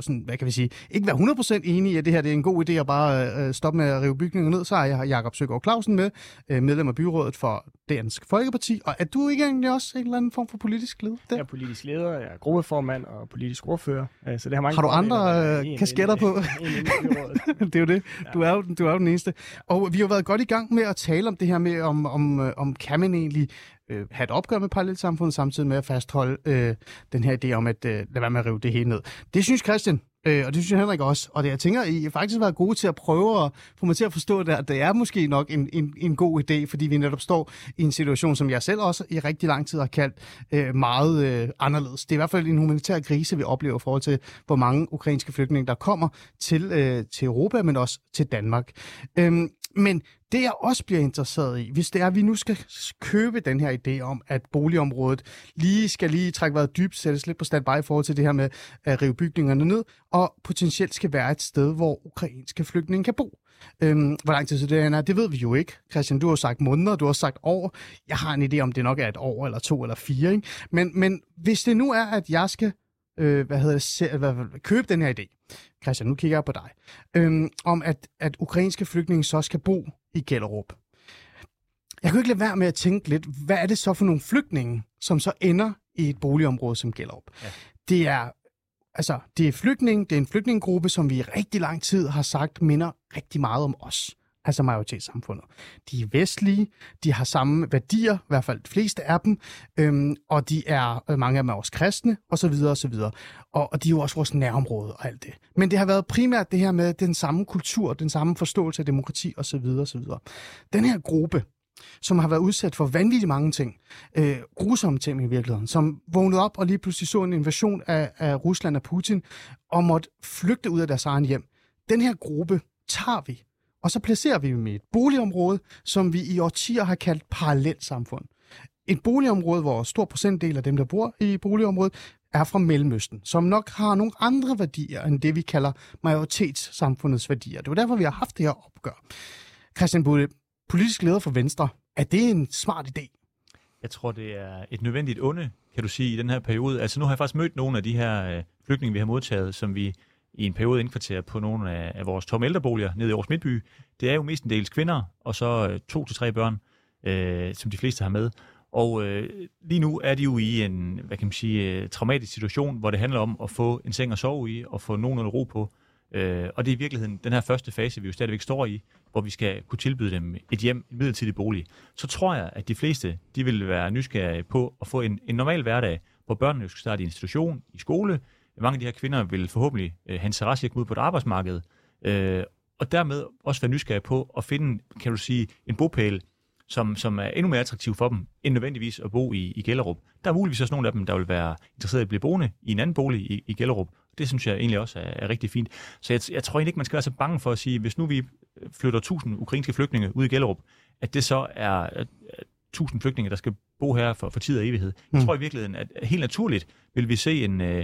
ikke være 100% enig i, at det her det er en god idé at bare stoppe med at rive bygninger ned, så har jeg Jakob Søgaard Clausen med, medlem af byrådet for Dansk Folkeparti. Og er du ikke egentlig også en eller anden form for politisk leder? Jeg er politisk leder, jeg er gruppeformand og politisk ordfører. Så det har mange har du andre kasketter på? Det er jo det. Ja. Du er jo den eneste. Og vi har været godt i gang med at tale om det her med, om kan man egentlig have et opgør med parallelsamfundet, samtidig med at fastholde den her idé om at lade være med at rive det hele ned. Det synes Christian, og det synes Henrik også. Og det, jeg tænker, I har faktisk været gode til at prøve at få mig til at forstå det, at det er måske nok en god idé, fordi vi netop står i en situation, som jeg selv også i rigtig lang tid har kaldt meget anderledes. Det er i hvert fald en humanitær krise, vi oplever i forhold til, hvor mange ukrainske flygtninge, der kommer til Europa, men også til Danmark. Men det, jeg også bliver interesseret i, hvis det er, at vi nu skal købe den her idé om, at boligområdet skal trække vejret dybt, sættes lidt på standby i forhold til det her med at rive bygningerne ned, og potentielt skal være et sted, hvor ukrainske flygtninge kan bo. Hvor lang tid det er, det ved vi jo ikke. Christian, du har sagt måneder, du har sagt år. Jeg har en idé om, det nok er et år, eller 2, eller 4. Ikke? Men hvis det nu er, at jeg skal købe den her idé, Christian, nu kigger jeg på dig, om at ukrainske flygtninge så skal bo i Gellerup. Jeg kunne ikke lade være med at tænke lidt, hvad er det så for nogle flygtninge, som så ender i et boligområde som Gellerup. Ja. Det er en flygtningegruppe, som vi i rigtig lang tid har sagt minder rigtig meget om os. Altså majoritetssamfundet. De er vestlige, de har samme værdier, i hvert fald de fleste af dem, og de er, mange af dem er også kristne, osv. osv. Og de er jo også vores nærområde og alt det. Men det har været primært det her med den samme kultur, den samme forståelse af demokrati, osv. osv. Den her gruppe, som har været udsat for vanvittigt mange ting, grusomme ting i virkeligheden, som vågnede op og lige pludselig så en invasion af Rusland og Putin, og måtte flygte ud af deres egen hjem. Den her gruppe tager vi, og så placerer vi dem i et boligområde, som vi i årtier har kaldt parallelsamfund. Et boligområde, hvor stor procentdel af dem, der bor i boligområdet, er fra Mellemøsten, som nok har nogle andre værdier, end det vi kalder majoritetssamfundets værdier. Det var derfor, vi har haft det her opgør. Christian Budde, politisk leder for Venstre, er det en smart idé? Jeg tror, det er et nødvendigt onde, kan du sige, i den her periode. Altså nu har jeg faktisk mødt nogle af de her flygtninge, vi har modtaget, som vi i en periode indkvarterer på nogle af vores tomme ældreboliger nede i Aarhus Midtby. Det er jo mestendels kvinder, og så 2 til 3 børn, som de fleste har med. Og lige nu er de jo i en, traumatisk situation, hvor det handler om at få en seng at sove i, og få nogenlunde ro på. Og det er i virkeligheden den her første fase, vi jo stadigvæk står i, hvor vi skal kunne tilbyde dem et hjem, en midlertidig bolig. Så tror jeg, at de fleste, de vil være nysgerrige på at få en normal hverdag, hvor børnene jo skal starte i institution, i skole. Mange af de her kvinder vil forhåbentlig have interesse i at komme ud på et arbejdsmarked, og dermed også være nysgerrige på at finde, kan du sige, en bopæl, som er endnu mere attraktiv for dem, end nødvendigvis at bo i Gellerup. Der er muligvis også nogle af dem, der vil være interesseret i at blive boende i en anden bolig i Gellerup. Det synes jeg egentlig også er rigtig fint. Så jeg tror egentlig ikke, man skal være så bange for at sige, hvis nu vi flytter 1000 ukrainske flygtninge ud i Gellerup, at det så er 1000 flygtninge, der skal bo her for tid og evighed. Jeg tror i virkeligheden, at helt naturligt vil vi se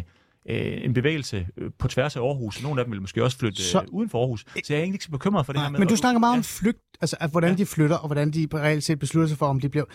en bevægelse på tværs af Aarhus. Nogle af dem vil måske også flytte uden for Aarhus. Så jeg er egentlig ikke så bekymret for det her med... Men du snakker meget om flygt, altså at hvordan de flytter, og hvordan de reelt set beslutter sig for, om de bliver...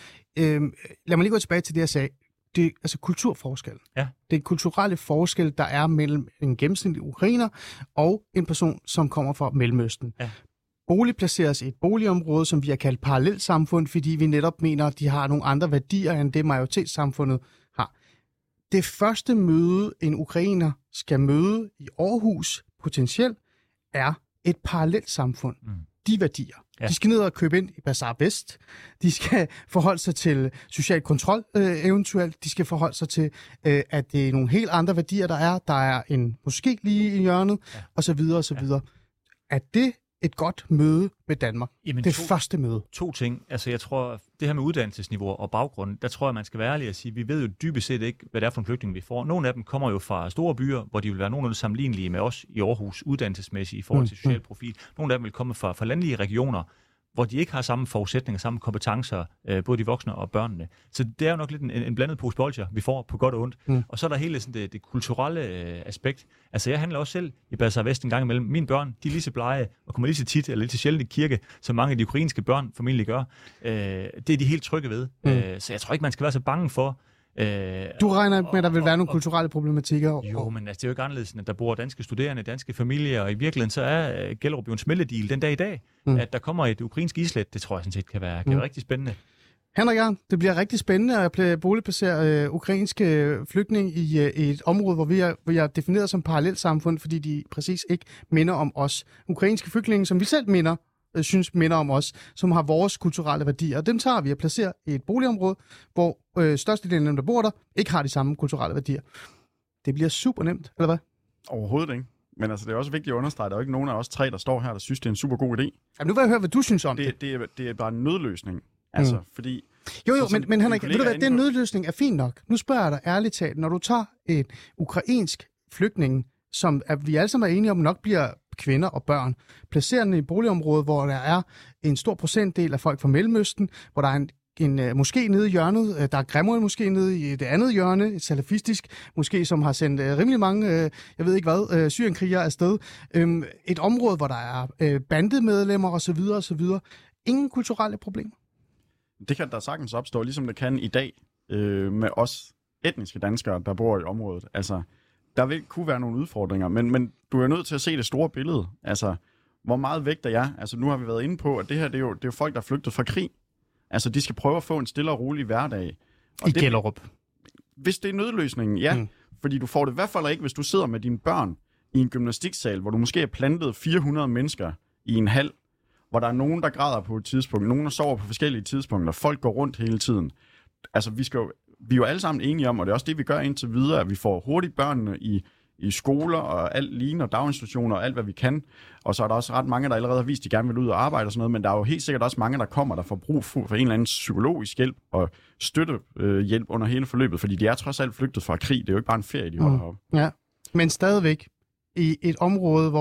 lad mig lige gå tilbage til det, jeg sagde. Det er altså kulturforskel. Ja. Det er kulturelle forskel, der er mellem en gennemsnitlig ukrainer og en person, som kommer fra Mellemøsten. Ja. Bolig placeres i et boligområde, som vi har kaldt parallelsamfund, fordi vi netop mener, at de har nogle andre værdier, end det majoritetssamfundet har. Det første møde, en ukrainer skal møde i Aarhus, potentielt, er et parallelsamfund. De værdier. Ja. De skal ned og købe ind i Bazar Vest. De skal forholde sig til social kontrol eventuelt. De skal forholde sig til, at det er nogle helt andre værdier, der er. Der er en moské lige i hjørnet, osv. osv. Ja. Er det et godt møde med Danmark? Jamen, det første møde. 2 ting. Altså jeg tror, det her med uddannelsesniveau og baggrund, der tror jeg, man skal være ærlig og sige, vi ved jo dybest set ikke, hvad det er for en flygtning, vi får. Nogle af dem kommer jo fra store byer, hvor de vil være nogenlunde sammenlignelige med os i Aarhus, uddannelsesmæssigt i forhold til social profil. Nogle af dem vil komme fra landlige regioner, hvor de ikke har samme forudsætninger, samme kompetencer, både de voksne og børnene. Så det er jo nok lidt en blandet pose bolsjer, vi får på godt og ondt. Og så er der hele sådan det kulturelle aspekt. Altså jeg handler også selv i Bazar Vest en gang imellem. Mine børn, de er lige så blege og kommer lige så tit eller lige så sjældent i kirke, som mange af de ukrainske børn formentlig gør. Det er de helt trygge ved. Så jeg tror ikke, man skal være så bange for... Du regner med, at der vil være nogle kulturelle problematikker? Jo, men altså, det er jo ikke anderledes, at der bor danske studerende, danske familier, og i virkeligheden så er Gellerup jo en smeltedeal den dag i dag, at der kommer et ukrainsk islet. Det tror jeg sådan set kan være rigtig spændende. Henrik Jørgen, det bliver rigtig spændende at boligplacere ukrainske flygtninge i et område, hvor vi har defineret som parallelsamfund, fordi de præcis ikke minder om os. Ukrainske flygtninge, som vi selv synes minder om os, som har vores kulturelle værdier. Og dem tager vi og placerer i et boligområde, hvor størstedelen af dem, der bor der, ikke har de samme kulturelle værdier. Det bliver super nemt, eller hvad? Overhovedet ikke. Men altså, det er også vigtigt at understrege, at der er jo ikke nogen af os 3, der står her, der synes, det er en super god idé. Jamen, nu vil jeg høre, hvad du synes om det. Det er bare en nødløsning. Altså, fordi... Jo, men Henrik, ved du hvad, den nødløsning er fin nok. Nu spørger jeg dig ærligt talt, når du tager en ukrainsk flygtning, som vi alle sammen er enige om nok bliver kvinder og børn, placerer den i et boligområde, hvor der er en stor procentdel af folk fra Mellemøsten, hvor der er en moské nede i hjørnet, der er Grimhøj moské nede i det andet hjørne, et salafistisk moské, som har sendt rimelig mange, jeg ved ikke hvad, syrienkrigere afsted. Et område, hvor der er bandemedlemmer osv. osv. Ingen kulturelle problemer. Det kan der sagtens opstå, ligesom det kan i dag med os etniske danskere, der bor i området. Altså, der vil kunne være nogle udfordringer, men du er nødt til at se det store billede. Altså, hvor meget vægter jeg? Altså, nu har vi været inde på, at det her, det er jo folk, der er flygtet fra krig. Altså, de skal prøve at få en stille og rolig hverdag. Og I Gellerup. hvis det er nødløsningen, ja. Fordi du får det i hvert fald ikke, hvis du sidder med dine børn i en gymnastiksal, hvor du måske er plantet 400 mennesker i en hal, hvor der er nogen, der græder på et tidspunkt, nogen, der sover på forskellige tidspunkter, folk går rundt hele tiden. Altså, vi er jo alle sammen enige om, og det er også det, vi gør indtil videre, at vi får hurtigt børnene i skoler og alt lignende, og daginstitutioner og alt, hvad vi kan. Og så er der også ret mange, der allerede har vist, at de gerne vil ud og arbejde og sådan noget, men der er jo helt sikkert også mange, der kommer, der får brug for en eller anden psykologisk hjælp og støttehjælp under hele forløbet, fordi de er trods alt flygtet fra krig. Det er jo ikke bare en ferie, de holder heroppe. Ja, men stadigvæk i et område,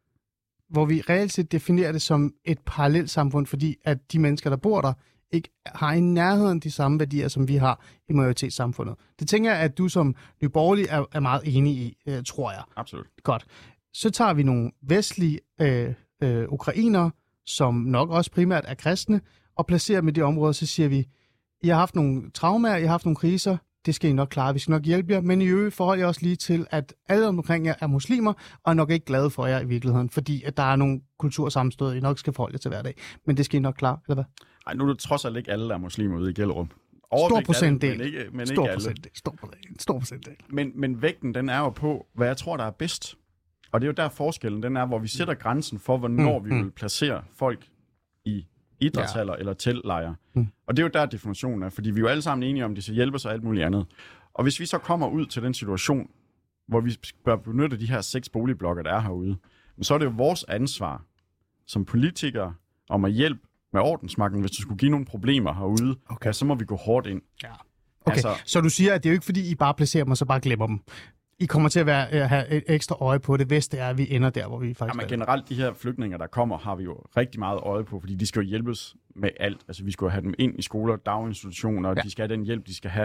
hvor vi reelt set definerer det som et parallelsamfund, fordi at de mennesker, der bor der, ikke har i nærheden de samme værdier, som vi har i majoritetssamfundet. Det tænker jeg, at du som Nye Borgerlige er meget enig i, tror jeg. Absolut. Godt. Så tager vi nogle vestlige ukrainere, som nok også primært er kristne, og placerer dem i det område, så siger vi, I har haft nogle traumer, I har haft nogle kriser, det skal I nok klare, vi skal nok hjælpe jer, men i øvrigt forhold jeg også lige til, at alle omkring jer er muslimer, og er nok ikke glade for jer i virkeligheden, fordi at der er nogle kultursammenstød, I nok skal forholde jer til hver dag. Men det skal I nok klare, eller hvad? Nej, nu er det trods alt ikke alle, der er muslimer ude i Gellerup. Stor procentdel. Men ikke alle. Stor procentdel. Men vægten, den er jo på, hvad jeg tror, der er bedst. Og det er jo der forskellen, den er, hvor vi sætter grænsen for, hvornår vi vil placere folk i idrætshaller eller teltlejre. Og det er jo der definitionen er, fordi vi er jo alle sammen enige om, at de skal hjælpe sig og alt muligt andet. Og hvis vi så kommer ud til den situation, hvor vi bør benytte de her 6 boligblokke, der er herude, så er det jo vores ansvar som politikere om at hjælpe med ordensmagten, hvis du skulle give nogle problemer herude, okay, så må vi gå hårdt ind. Ja. Okay, altså, så du siger, at det er jo ikke fordi, I bare placerer dem, og så bare glemmer dem. I kommer til at have et ekstra øje på det, hvis det er, at vi ender der, hvor vi faktisk men generelt, de her flygtninge, der kommer, har vi jo rigtig meget øje på, fordi de skal jo hjælpes med alt. Altså, vi skal jo have dem ind i skoler, daginstitutioner, og de skal have den hjælp, de skal have.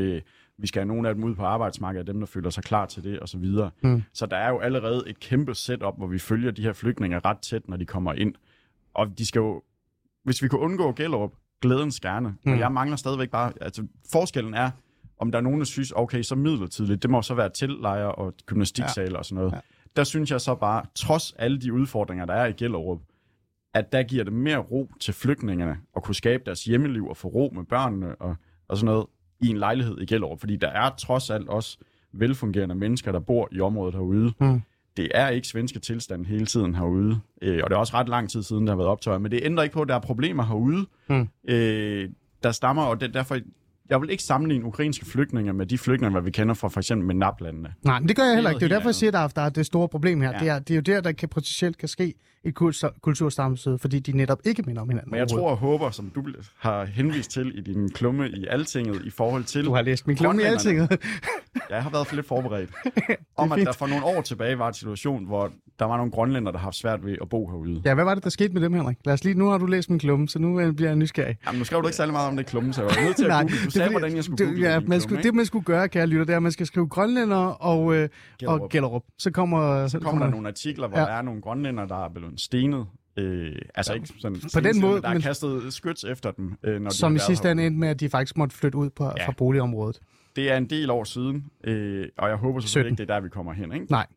Vi skal have nogle af dem ud på arbejdsmarkedet, dem, der føler sig klar til det, og så videre. Så der er jo allerede et kæmpe setup, hvor vi følger de her flygtninge ret tæt, når de kommer ind. Og de skal jo, hvis vi kunne undgå Gellerup, glædens gerne. Og jeg mangler stadigvæk bare, altså forskellen er, om der er nogen, der synes, okay, så midlertidigt, det må så være teltlejre og gymnastiksaler og sådan noget. Ja. Der synes jeg så bare, trods alle de udfordringer, der er i Gellerup, at der giver det mere ro til flygtningene at kunne skabe deres hjemmeliv og få ro med børnene og sådan noget i en lejlighed i Gellerup. Fordi der er trods alt også velfungerende mennesker, der bor i området herude. Det er ikke svenske tilstand hele tiden herude, og det er også ret lang tid siden, der har været optøjer, men det ændrer ikke på, at der er problemer herude, der stammer, og derfor jeg vil ikke sammenligne ukrainske flygtninge med de flygtninge, hvad vi kender fra for eksempel med NAP-landene. Nej, men det gør jeg heller ikke. Det er jo derfor, jeg siger, at der er det store problem her. Ja. Det er jo der, der potentielt kan ske et kultursammenstød, fordi de netop ikke minder om hinanden. Men jeg tror og håber, som du har henvist til i din klumme i Altinget, i forhold til... Du har læst min klumme i Altinget. Jeg har været for lidt forberedt. Om at der for nogle år tilbage var en situation, hvor der var nogle grønlændere, der har haft svært ved at bo herude. Ja, hvad var det, der skete med dem, Henrik? Lad os lige, nu har du læst min klumme, så nu bliver jeg nysgerrig. Jamen, nu skrev du ikke særlig meget om det klumme, så jeg var nødt til at google. Du sagde, hvordan jeg skulle google det, man skulle gøre, kære lytter, det er, at man skal skrive grønlændere og Gellerup. Så kommer der nogle artikler, hvor der er nogle grønlændere, der er blevet stenet. Altså ikke sådan på den måde, der er kastet skyts efter dem, når som de i sidste ende endte med, at de faktisk måtte flytte ud fra boligområdet. Det er en del år siden, og jeg håber selvfølgelig ikke, det er der, vi kommer hen. Ikke? Nej.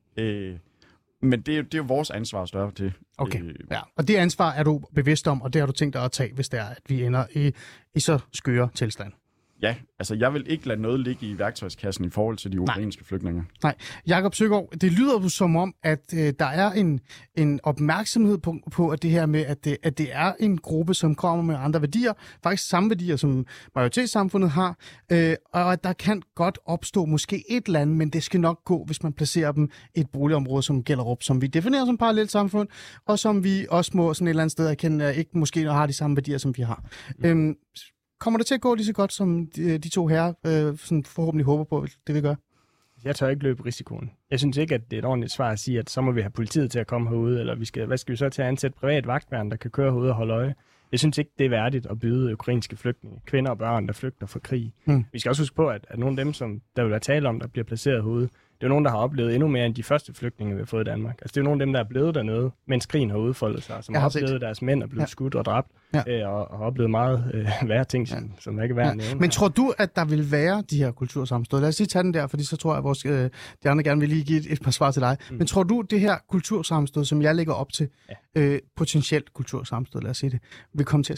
Men det er jo vores ansvar at større til. Okay, ja. Og det ansvar er du bevidst om, og det har du tænkt dig at tage, hvis det er, at vi ender i så skøre tilstand. Ja, altså jeg vil ikke lade noget ligge i værktøjskassen i forhold til de ukrainske flygtninge. Nej, Jakob Søgaard, det lyder jo som om, at der er en opmærksomhed på at det her med, at det er en gruppe, som kommer med andre værdier, faktisk samme værdier, som majoritetssamfundet har, og at der kan godt opstå måske et eller andet, men det skal nok gå, hvis man placerer dem i et boligområde som Gellerup, som vi definerer som parallelt samfund, og som vi også må sådan et eller andet sted erkende, ikke måske har de samme værdier, som vi har. Kommer det til at gå lige så godt, som de to herrer sådan forhåbentlig håber på, det vil gøre? Jeg tør ikke løbe risikoen. Jeg synes ikke, at det er et ordentligt svar at sige, at så må vi have politiet til at komme herude, eller hvad skal vi så til at ansætte privat vagtværn, der kan køre herude og holde øje? Jeg synes ikke, det er værdigt at byde ukrainske flygtninge, kvinder og børn, der flygter fra krig. Vi skal også huske på, at nogle af dem, som der vil være tale om, der bliver placeret herude, det er jo nogen, der har oplevet endnu mere end de første flygtninge, vi har fået i Danmark. Altså, det er jo nogle af dem, der er blevet dernede, mens krigen har udfoldet sig, som har oplevet, at deres mænd er blevet skudt og dræbt, og har oplevet meget værre ting, som ikke er værd at nævne. Men tror du, at der vil være de her kultursammenstød? Lad os lige tage den der, fordi så tror jeg, at de andre gerne vil lige give et par svar til dig. Men tror du, det her kultursammenstød, som jeg lægger op til, potentielt kultursammenstød, lad os sige det, vil komme til at ske?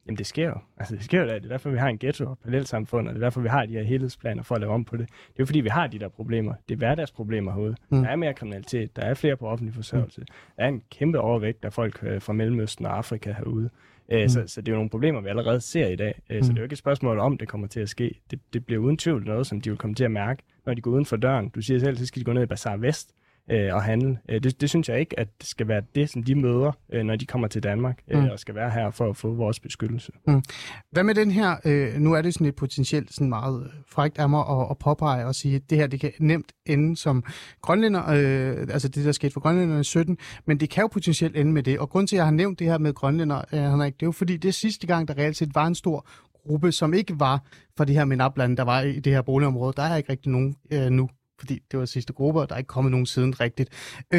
Jamen det sker jo. Altså det sker jo da. Det er derfor, vi har en ghetto og parallelsamfund, og det er derfor, vi har de her helhedsplaner for at lave om på det. Det er jo fordi, vi har de der problemer. Det er hverdagsproblemer herude. Der er mere kriminalitet, der er flere på offentlig forsørgelse. Der er en kæmpe overvægt af folk fra Mellemøsten og Afrika herude. Så det er jo nogle problemer, vi allerede ser i dag. Så det er jo ikke et spørgsmål om, det kommer til at ske. Det bliver uden tvivl noget, som de vil komme til at mærke, når de går uden for døren. Du siger selv, så skal de gå ned i Bazar Vest og handle. Det synes jeg ikke, at det skal være det, som de møder, når de kommer til Danmark og skal være her for at få vores beskyttelse. Hvad med den her, nu er det sådan et potentielt sådan meget frækt af mig at påpege og sige, at det her det kan nemt ende som grønlænder, altså det der skete for grønlænderne i 17, men det kan jo potentielt ende med det. Og grund til, at jeg har nævnt det her med grønlænder, Henrik, det er jo fordi, det sidste gang, der reelt set var en stor gruppe, som ikke var fra de her MENAP-lande, der var i det her boligområde. Der er ikke rigtig nogen nu, fordi det var sidste gruppe, og der er ikke kommet nogen siden rigtigt.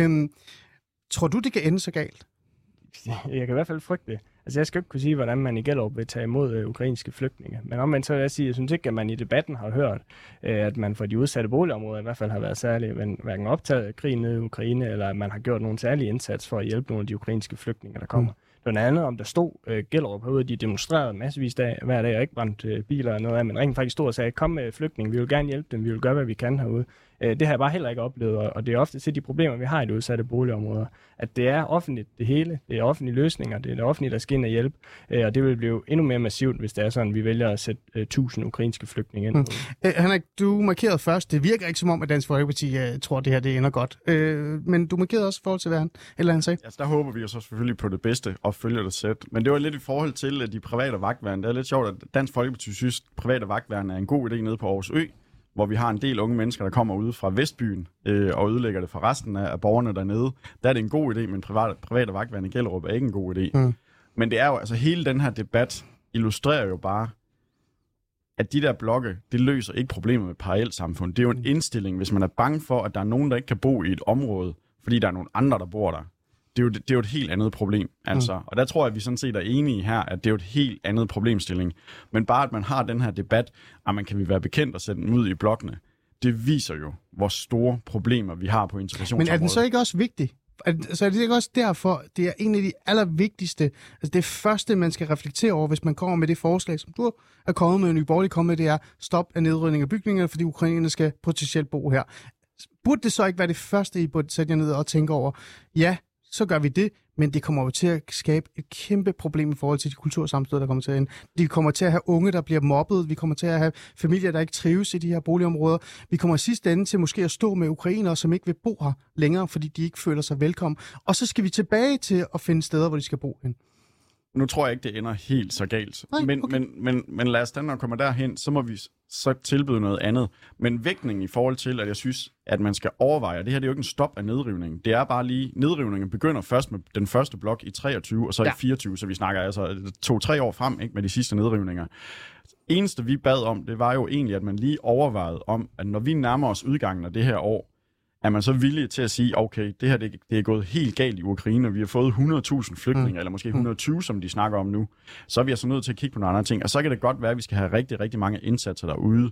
Tror du, det kan ende så galt? Jeg kan i hvert fald frygte det. Altså, jeg skal ikke kunne sige, hvordan man i Gellerup vil tage imod ukrainske flygtninge. Men omvendt så vil jeg sige, jeg synes ikke, at man i debatten har hørt, at man for de udsatte boligområder i hvert fald har været særlig, hverken optaget krigen nede i Ukraine, eller at man har gjort nogen særlig indsats for at hjælpe nogle af de ukrainske flygtninge, der kommer. Det var noget andet, om der stod Gellerup herude, de demonstrerede massevis hver dag, og ikke brændte biler og noget af, men rent faktisk stod og sagde, kom med flygtninge, vi vil gerne hjælpe dem, vi vil gøre, hvad vi kan herude. Det har jeg bare heller ikke oplevet, og det er ofte til de problemer, vi har i de udsatte boligområder, at det er offentligt det hele, det er offentlige løsninger, det er det offentlige, der skal ind og hjælpe, og det vil blive endnu mere massivt, hvis det er sådan, vi vælger at sætte 1000 ukrainske flygtninge ind. Henrik, du markerede først, det virker ikke som om, at Dansk Folkeparti tror, at det her det ender godt, men du markerede også i forhold til, hvad han sagde. Altså, der håber vi jo så selvfølgelig på det bedste og følger det sæt, men det var lidt i forhold til at de private vagtværn. Det er lidt sjovt, at Dansk Folkeparti synes, at private vagtværn er en god idé nede på Aarhus Ø, hvor vi har en del unge mennesker, der kommer ude fra Vestbyen og ødelægger det for resten af borgerne dernede. Der er det en god idé, men private vagtværn i Gellerup er ikke en god idé. Men det er jo, altså hele den her debat illustrerer jo bare, at de der blokke, det løser ikke problemer med parallelsamfund. Det er jo en indstilling, hvis man er bange for, at der er nogen, der ikke kan bo i et område, fordi der er nogle andre, der bor der. Det er jo et helt andet problem, altså. Og der tror jeg, at vi sådan set er enige her, at det er jo et helt andet problemstilling. Men bare at man har den her debat, at man kan vi være bekendt og sætte dem ud i blokkene, det viser jo, hvor store problemer vi har på integrationsområdet. Men er den så ikke også vigtig? Så er det ikke også derfor, det er en af de allervigtigste, altså det første, man skal reflektere over, hvis man kommer med det forslag, som du er kommet med, og Nye Borgerlige kommet med, det er stop af nedrydning af bygninger, fordi ukrainerne skal potentielt bo her. Burde det så ikke være det første, I burde sætte jer ned og tænke over? Ja, så gør vi det, men det kommer jo til at skabe et kæmpe problem i forhold til de kultursammenstød, der kommer til at ende. De kommer til at have unge, der bliver mobbet. Vi kommer til at have familier, der ikke trives i de her boligområder. Vi kommer i sidste ende til måske at stå med ukrainere, som ikke vil bo her længere, fordi de ikke føler sig velkommen. Og så skal vi tilbage til at finde steder, hvor de skal bo hen. Nu tror jeg ikke, det ender helt så galt. Nej, okay. Men lad os da, når vi kommer derhen, så må vi så tilbyde noget andet. Men vægtningen i forhold til, at jeg synes, at man skal overveje, det her det er jo ikke en stop af nedrivningen. Det er bare lige, nedrivningen begynder først med den første blok i 23, og så i 24, så vi snakker altså 2-3 år frem, ikke, med de sidste nedrivninger. Eneste vi bad om, det var jo egentlig, at man lige overvejede om, at når vi nærmer os udgangen af det her år, er man så villig til at sige, okay, det her det er gået helt galt i Ukraine, og vi har fået 100.000 flygtninge, eller måske 120, som de snakker om nu, så er vi altså nødt til at kigge på nogle andre ting, og så kan det godt være, at vi skal have rigtig, rigtig mange indsatser derude.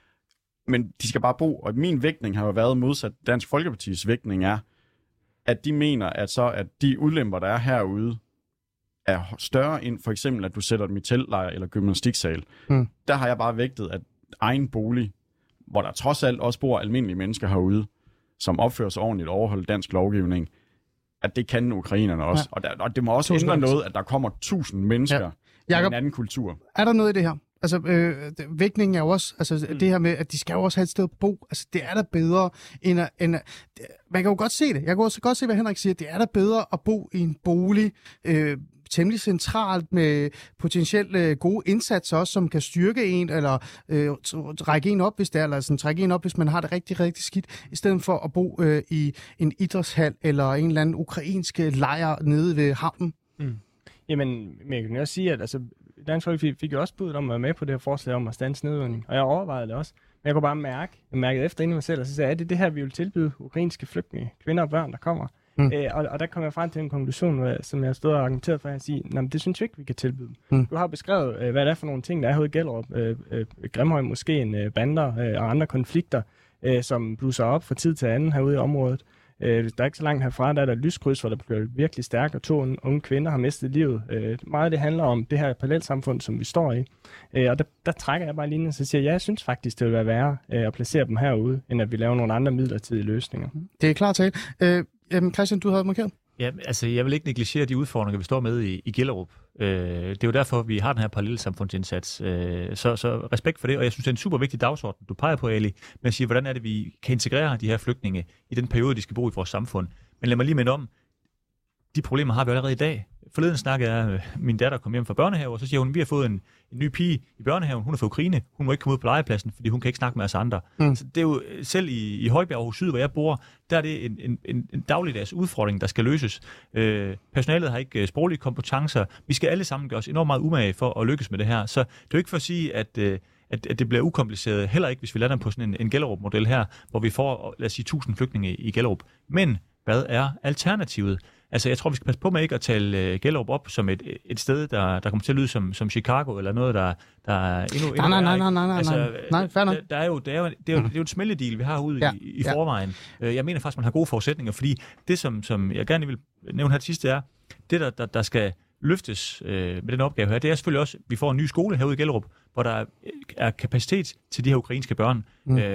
Men de skal bare bo, og min vægtning har jo været modsat Dansk Folkepartis vægtning er, at de mener, at de ulemper, der er herude, er større end for eksempel, at du sætter dem i teltlejr eller gymnastiksal. Der har jeg bare vægtet, at egen bolig, hvor der trods alt også bor almindelige mennesker herude, som opfører sig ordentligt og overholder dansk lovgivning, at det kan ukrainerne også. Ja. Og det må også ændre noget, at der kommer 1000 mennesker med en anden kultur. Er der noget i det her? Altså, vægtningen er jo også, altså det her med, at de skal jo også have et sted at bo. Altså, det er da bedre end man kan jo godt se det. Jeg kan også godt se, hvad Henrik siger. Det er da bedre at bo i en bolig, temmelig centralt med potentielt gode indsatser også, som kan styrke en, eller række en op, hvis det er, eller sådan, trække en op, hvis man har det rigtig, rigtig skidt, i stedet for at bo i en idrætshal, eller en eller anden ukrainsk lejr nede ved havnen. Jamen, jeg kan også sige, at altså, Dansk Folkeparti fik jo også budt om at være med på det her forslag om at standse nedrydning, og jeg overvejede det også. Men jeg kunne bare mærke efter inden mig selv, og så sagde jeg, det her, vi vil tilbyde ukrainske flygtninge, kvinder og børn, der kommer. Og der kom jeg frem til en konklusion, som jeg stod og argumenterede for at sige, det synes vi ikke, vi kan tilbyde dem. Du har beskrevet, hvad det er for nogle ting, der er herude i Gellerup, Grimhøj Moskeen, bander og andre konflikter, som blusser op fra tid til anden herude i området. Der er ikke så langt herfra, der er der lyskryds, hvor der bliver virkelig stærkt, og 2 unge kvinder har mistet livet. Meget det handler om det her parallelsamfund, som vi står i. Og der trækker jeg bare linjen, og så siger jeg synes faktisk, det vil være værre at placere dem herude, end at vi laver nogle andre midlertidige løsninger. Det er klart talt. Christian, du havde markeret? Ja, altså jeg vil ikke negligere de udfordringer, vi står med i Gellerup. Det er jo derfor, vi har den her parallelsamfundsindsats. Så respekt for det, og jeg synes, det er en super vigtig dagsorden, du peger på, Ali, med at sige, hvordan er det, vi kan integrere de her flygtninge i den periode, de skal bo i vores samfund. Men lad mig lige minde om, de problemer har vi allerede i dag. Forleden snakkede jeg med min datter kom hjem fra børnehave, og så siger hun, vi har fået en ny pige i børnehaven, hun er fra Ukraine, hun må ikke komme ud på legepladsen, fordi hun kan ikke snakke med os andre. Så det er jo selv i Højbjerg, Aarhus Syd, hvor jeg bor, der er det en dagligdags udfordring, der skal løses. Personalet har ikke sproglige kompetencer. Vi skal alle sammen gøre os enormt meget umage for at lykkes med det her. Så det er jo ikke for at sige, at det bliver ukompliceret, heller ikke, hvis vi lander på sådan en Gellerup-model her, hvor vi får, lad os sige, 1000 flygtninge i Gellerup. Men hvad er alternativet? Altså, jeg tror, vi skal passe på med ikke at tale Gellerup op som et sted, der kommer til at lyde som Chicago, eller noget, der er endnu Nej. Altså, Nej, fair nok. det er jo et smeltedeal, vi har ude i forvejen. Jeg mener faktisk, man har gode forudsætninger, fordi det, som jeg gerne vil nævne her til sidst, er, det, der skal løftes med den opgave her, det er selvfølgelig også, at vi får en ny skole herude i Gellerup, hvor der er kapacitet til de her ukrainske børn.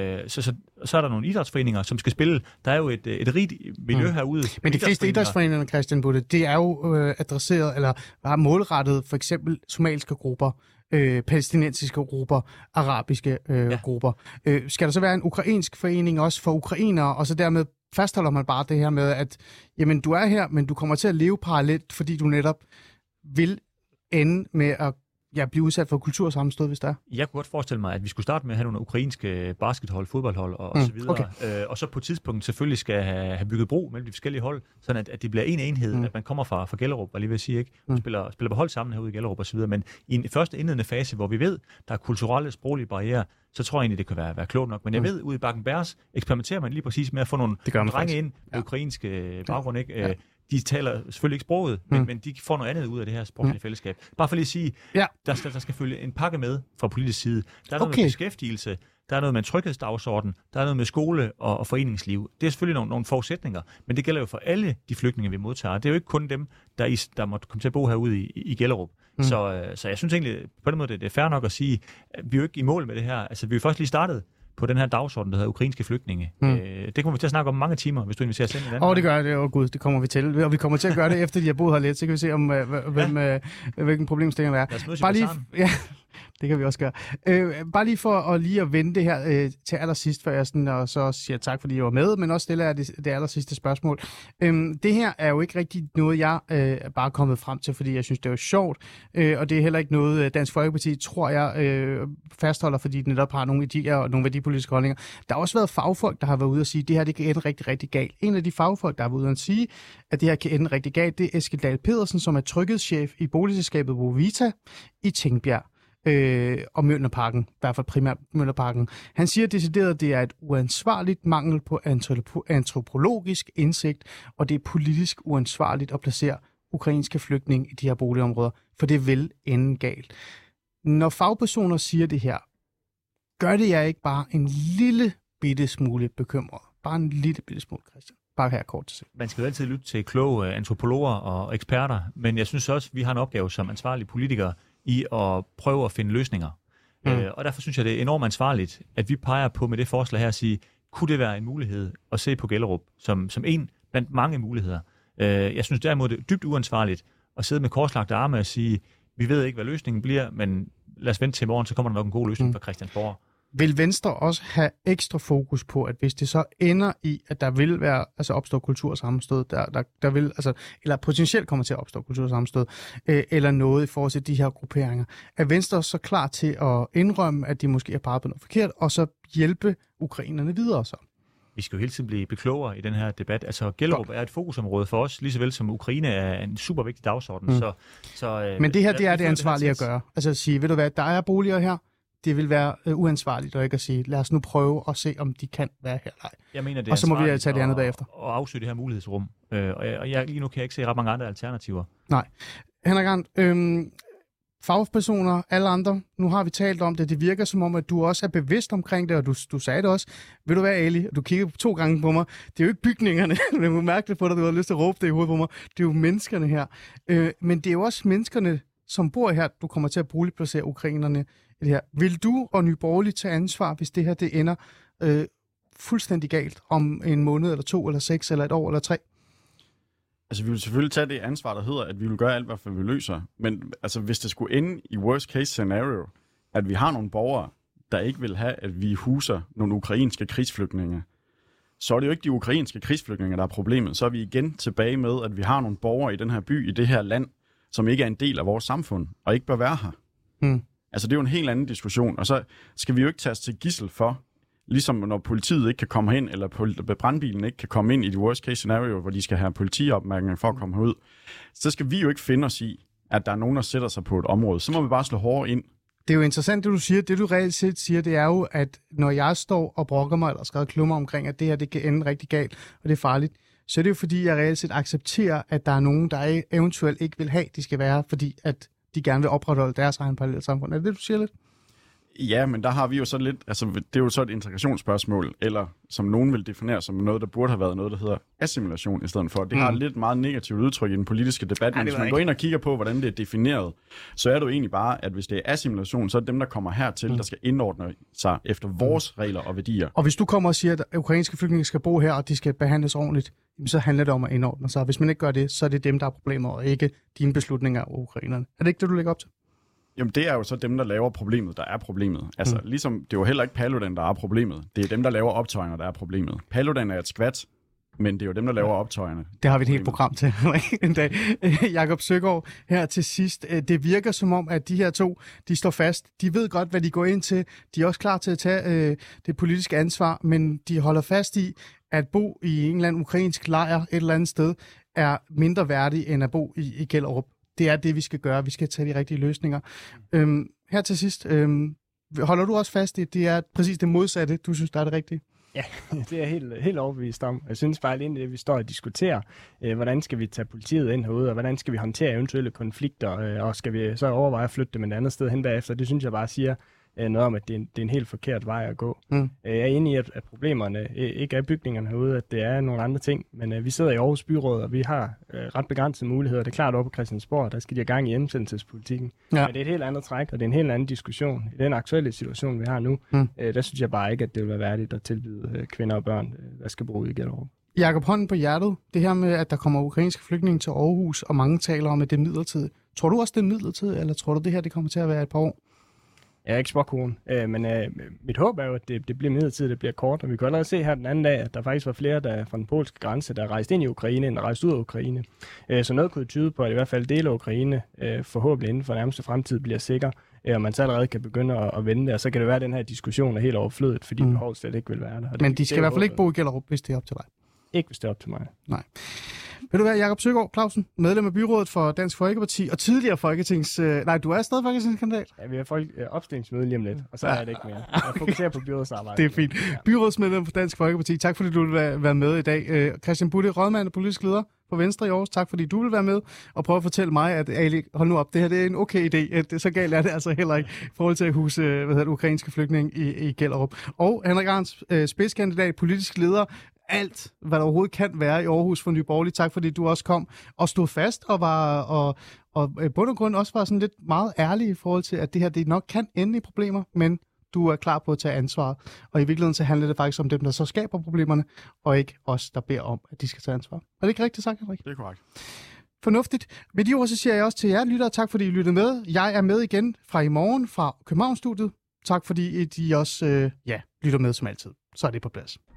Så er der nogle idrætsforeninger, som skal spille. Der er jo et rigt miljø herude. Men de fleste idrætsforeninger, Christian Budde, det er jo adresseret, eller har målrettet for eksempel somaliske grupper, palæstinensiske grupper, arabiske grupper. Skal der så være en ukrainsk forening også for ukrainere, og så dermed fastholder man bare det her med, at jamen, du er her, men du kommer til at leve parallelt, fordi du netop vil ende med at blive udsat for kultursammenstød, hvis der er? Jeg kunne godt forestille mig, at vi skulle starte med at have nogle ukrainske baskethold, fodboldhold og så videre. Okay. Og så på et tidspunkt selvfølgelig skal have bygget bro mellem de forskellige hold, sådan at det bliver en enhed, at man kommer fra Gellerup, og lige vil sige, ikke? Man spiller på hold sammen herude i Gellerup og så videre. Men i en første indledende fase, hvor vi ved, der er kulturelle, sproglige barrierer, så tror jeg egentlig, det kan være klogt nok. Men jeg ved, ude i Bakken Bærs eksperimenterer man lige præcis med at få nogle drenge ind på ukrainske baggrund, ikke? Ja. De taler selvfølgelig ikke sproget, men de får noget andet ud af det her sproglige fællesskab. Bare for lige at sige, der skal følge en pakke med fra politisk side. Der er noget med beskæftigelse, der er noget med en tryghedsdagsorden, der er noget med skole og foreningsliv. Det er selvfølgelig nogle forudsætninger, men det gælder jo for alle de flygtninge, vi modtager. Det er jo ikke kun dem, der måtte komme til at bo herude i Gellerup. Så jeg synes egentlig, på den måde, det er fair nok at sige, at vi er jo ikke i mål med det her. Altså, vi er først lige startet på den her dagsorden, der hedder ukrainske flygtninge. Det kommer vi til at snakke om mange timer, hvis du inviterer os ind i den. Det gør det. Gud, det kommer vi til. Og vi kommer til at gøre det, efter de har boet her lidt, så kan vi se, om hvilken problemstilling der er. Lad os mødes i Bazaaren. Det kan vi også gøre. Bare lige for at vende det her til allersidst, før jeg sådan, og så siger tak, fordi I var med, men også stiller jeg det allersidste spørgsmål. Det her er jo ikke rigtig noget, jeg er bare kommet frem til, fordi jeg synes, det er jo sjovt, og det er heller ikke noget, Dansk Folkeparti, tror jeg, fastholder, fordi de netop har nogle idéer og nogle værdipolitiske holdninger. Der har også været fagfolk, der har været ude og sige, at det her det kan ende rigtig, rigtig galt. En af de fagfolk, der har været ude og sige, at det her kan ende rigtig galt, det er Eskil Dahl Pedersen, som er trygghedschef i boligselskabet Movita i Tingbjerg. Og Mjølnerparken, i hvert fald primært Mjølnerparken. Han siger decideret, at det er et uansvarligt mangel på antropologisk indsigt, og det er politisk uansvarligt at placere ukrainske flygtninge i de her boligområder, for det vil ende galt. Når fagpersoner siger det her, gør det jeg ikke bare en lille bitte smule bekymret? Bare en lille bitte smule, Christian. Bare her kort til sig. Man skal jo altid lytte til kloge antropologer og eksperter, men jeg synes også, at vi har en opgave som ansvarlige politikere i at prøve at finde løsninger. Og derfor synes jeg, det er enormt ansvarligt, at vi peger på med det forslag her at sige, kunne det være en mulighed at se på Gellerup som en blandt mange muligheder. Jeg synes derimod, det er dybt uansvarligt at sidde med korslagte arme og sige, vi ved ikke, hvad løsningen bliver, men lad os vente til i morgen, så kommer der nok en god løsning fra Christiansborg. Vil Venstre også have ekstra fokus på, at hvis det så ender i, at der vil være opstå kultursammenstød, der vil eller potentielt kommer til at opstå kultursammenstød, eller noget i forhold til de her grupperinger, er Venstre så klar til at indrømme, at de måske er peget på noget forkert, og så hjælpe ukrainerne videre så? Vi skal jo hele tiden blive klogere i den her debat. Altså, Gellerup er et fokusområde for os, lige så vel som Ukraine er en super vigtig dagsorden. Men det her, det er det ansvarlige at gøre. Altså at sige, ved du hvad, der er boliger her, det vil være uansvarligt og ikke at sige, lad os nu prøve at se, om de kan være her. Jeg mener, det er og så må vi tage det andet bagefter. Og afsøge det her mulighedsrum. Og lige nu kan jeg ikke se ret mange andre alternativer. Nej. Henrik Arndt, fagpersoner, alle andre, nu har vi talt om det, det virker som om, at du også er bevidst omkring det, og du sagde det også. Vil du være Ali? Du kigger 2 gange på mig. Det er jo ikke bygningerne, det er jo mærkeligt på dig, du har lyst til at råbe det i hovedet på mig. Det er jo menneskerne her. Men det er jo også menneskerne, som bor her, du kommer til at boligplacere ukrainerne i det her. Vil du og Nye Borgerlige tage ansvar, hvis det her det ender fuldstændig galt om en måned, eller 2, eller 6, eller 1 år, eller 3? Altså, vi vil selvfølgelig tage det ansvar, der hedder, at vi vil gøre alt, hvad vi løser. Men altså, hvis det skulle ende i worst case scenario, at vi har nogle borgere, der ikke vil have, at vi huser nogle ukrainske krigsflygtninge, så er det jo ikke de ukrainske krigsflygtninge, der er problemet. Så er vi igen tilbage med, at vi har nogle borgere i den her by, i det her land, som ikke er en del af vores samfund, og ikke bør være her. Altså, det er jo en helt anden diskussion. Og så skal vi jo ikke tages til gidsel for, ligesom når politiet ikke kan komme hen, eller brandbilen ikke kan komme ind i de worst case scenario, hvor de skal have politiopmærkning for at komme herud, så skal vi jo ikke finde os i, at der er nogen, der sætter sig på et område. Så må vi bare slå hårdere ind. Det er jo interessant, det du siger. Det du reelt set siger, det er jo, at når jeg står og brokker mig, eller skriver klummer omkring, at det her det kan ende rigtig galt, og det er farligt, så er det jo fordi, jeg reelt set accepterer, at der er nogen, der eventuelt ikke vil have, de skal være, fordi at de gerne vil opretholde deres egen parallelle samfund. Er det du siger lidt? Ja, men der har vi jo så lidt, altså det er jo så et integrationsspørgsmål, eller som nogen vil definere som noget, der burde have været noget, der hedder assimilation i stedet for. Det har lidt meget negativt udtryk i den politiske debat, men hvis man går ind og kigger på, hvordan det er defineret, så er det jo egentlig bare, at hvis det er assimilation, så er det dem, der kommer hertil, der skal indordne sig efter vores regler og værdier. Og hvis du kommer og siger, at ukrainske flygtninge skal bo her, og de skal behandles ordentligt, så handler det om at indordne sig. Hvis man ikke gør det, så er det dem, der er problemer, og ikke dine beslutninger af ukrainerne. Er det ikke det, du lægger op til? Jamen, det er jo så dem, der laver problemet, der er problemet. Altså, ligesom, det er jo heller ikke Paludan, der er problemet. Det er dem, der laver optøjerne, der er problemet. Paludan er et skvat, men det er jo dem, der laver optøjerne. Det har vi et helt program til en dag. Jakob Søgaard, her til sidst. Det virker som om, at de her to, de står fast. De ved godt, hvad de går ind til. De er også klar til at tage det politiske ansvar, men de holder fast i, at bo i en eller anden ukrainsk lejr et eller andet sted, er mindre værdig end at bo i Gellerup. Det er det, vi skal gøre. Vi skal tage de rigtige løsninger. Her til sidst, holder du også fast i, at det er præcis det modsatte, du synes, der er det rigtige? Ja, det er helt overbevist om. Jeg synes bare lige, at vi står og diskuterer, hvordan skal vi tage politiet ind herude, og hvordan skal vi håndtere eventuelle konflikter, og skal vi så overveje at flytte dem et andet sted hen bagefter. Det synes jeg bare siger noget om, at det er en helt forkert vej at gå. Jeg er enig i, at problemerne ikke er bygningerne herude, at det er nogle andre ting, men vi sidder i Aarhus Byråd, og vi har ret begrænsede muligheder. Det er klart oppe på Christiansborg, der skal de have gang i hjemsendelsespolitikken. Ja. Men det er et helt andet træk, og det er en helt anden diskussion. I den aktuelle situation, vi har nu, der synes jeg bare ikke, at det vil være værdigt at tilbyde kvinder og børn, der skal bo i Gellerup. Jakob, hånden på hjertet. Det her med, at der kommer ukrainske flygtninge til Aarhus, og mange taler om, at det er midlertidigt. Tror du også, det er midlertidigt, eller tror du, det her det kommer til at være et par år? Jeg er ikke spåkone, men mit håb er jo, at det bliver midlertidigt, det bliver kort. Og vi kan allerede se her den anden dag, at der faktisk var flere der fra den polske grænse, der rejste ind i Ukraine, end der rejste ud af Ukraine. Så noget kunne tyde på, at i hvert fald dele af Ukraine forhåbentlig inden for nærmeste fremtid bliver sikker, og man så allerede kan begynde at vende det. Og så kan det være, at den her diskussion er helt overflødet, fordi behovet slet ikke vil være der. Men de skal i hvert fald ikke bo i Gellerup, hvis det er op til dig? Ikke, hvis det er op til mig. Nej. Vil du være Jakob Søgaard Clausen, medlem af byrådet for Dansk Folkeparti og tidligere nej, du er stadig folketingskandidat? Ja, vi har opstillingsmøde lige om lidt, og så er det ikke mere. Jeg fokuserer på byrådsarbejde. Det er fint. Byrådsmedlem for Dansk Folkeparti. Tak fordi du vil være med i dag. Christian Butte, rådmand og politisk leder for Venstre i Aarhus. Tak fordi du vil være med og prøve at fortælle mig, at Ali, hold nu op, det her det er en okay idé. Så galt er det altså heller ikke i forhold til at huse ukrainske flygtninge i Gellerup. Og Henrik Arns, spidskandidat, politisk leder, alt, hvad der overhovedet kan være i Aarhus for Nye Borgerlige. Tak fordi du også kom og stod fast og var og bund og grund også var sådan lidt meget ærlig i forhold til, at det her det nok kan ende i problemer, men du er klar på at tage ansvaret. Og i virkeligheden så handler det faktisk om dem, der så skaber problemerne, og ikke os, der beder om, at de skal tage ansvar. Er det ikke rigtigt sagt, Henrik? Det er korrekt. Fornuftigt. Med de ord så siger jeg også til jer lyttere, tak fordi I lyttede med. Jeg er med igen fra i morgen fra Københavnsstudiet. Tak fordi I også lytter med som altid. Så er det på plads.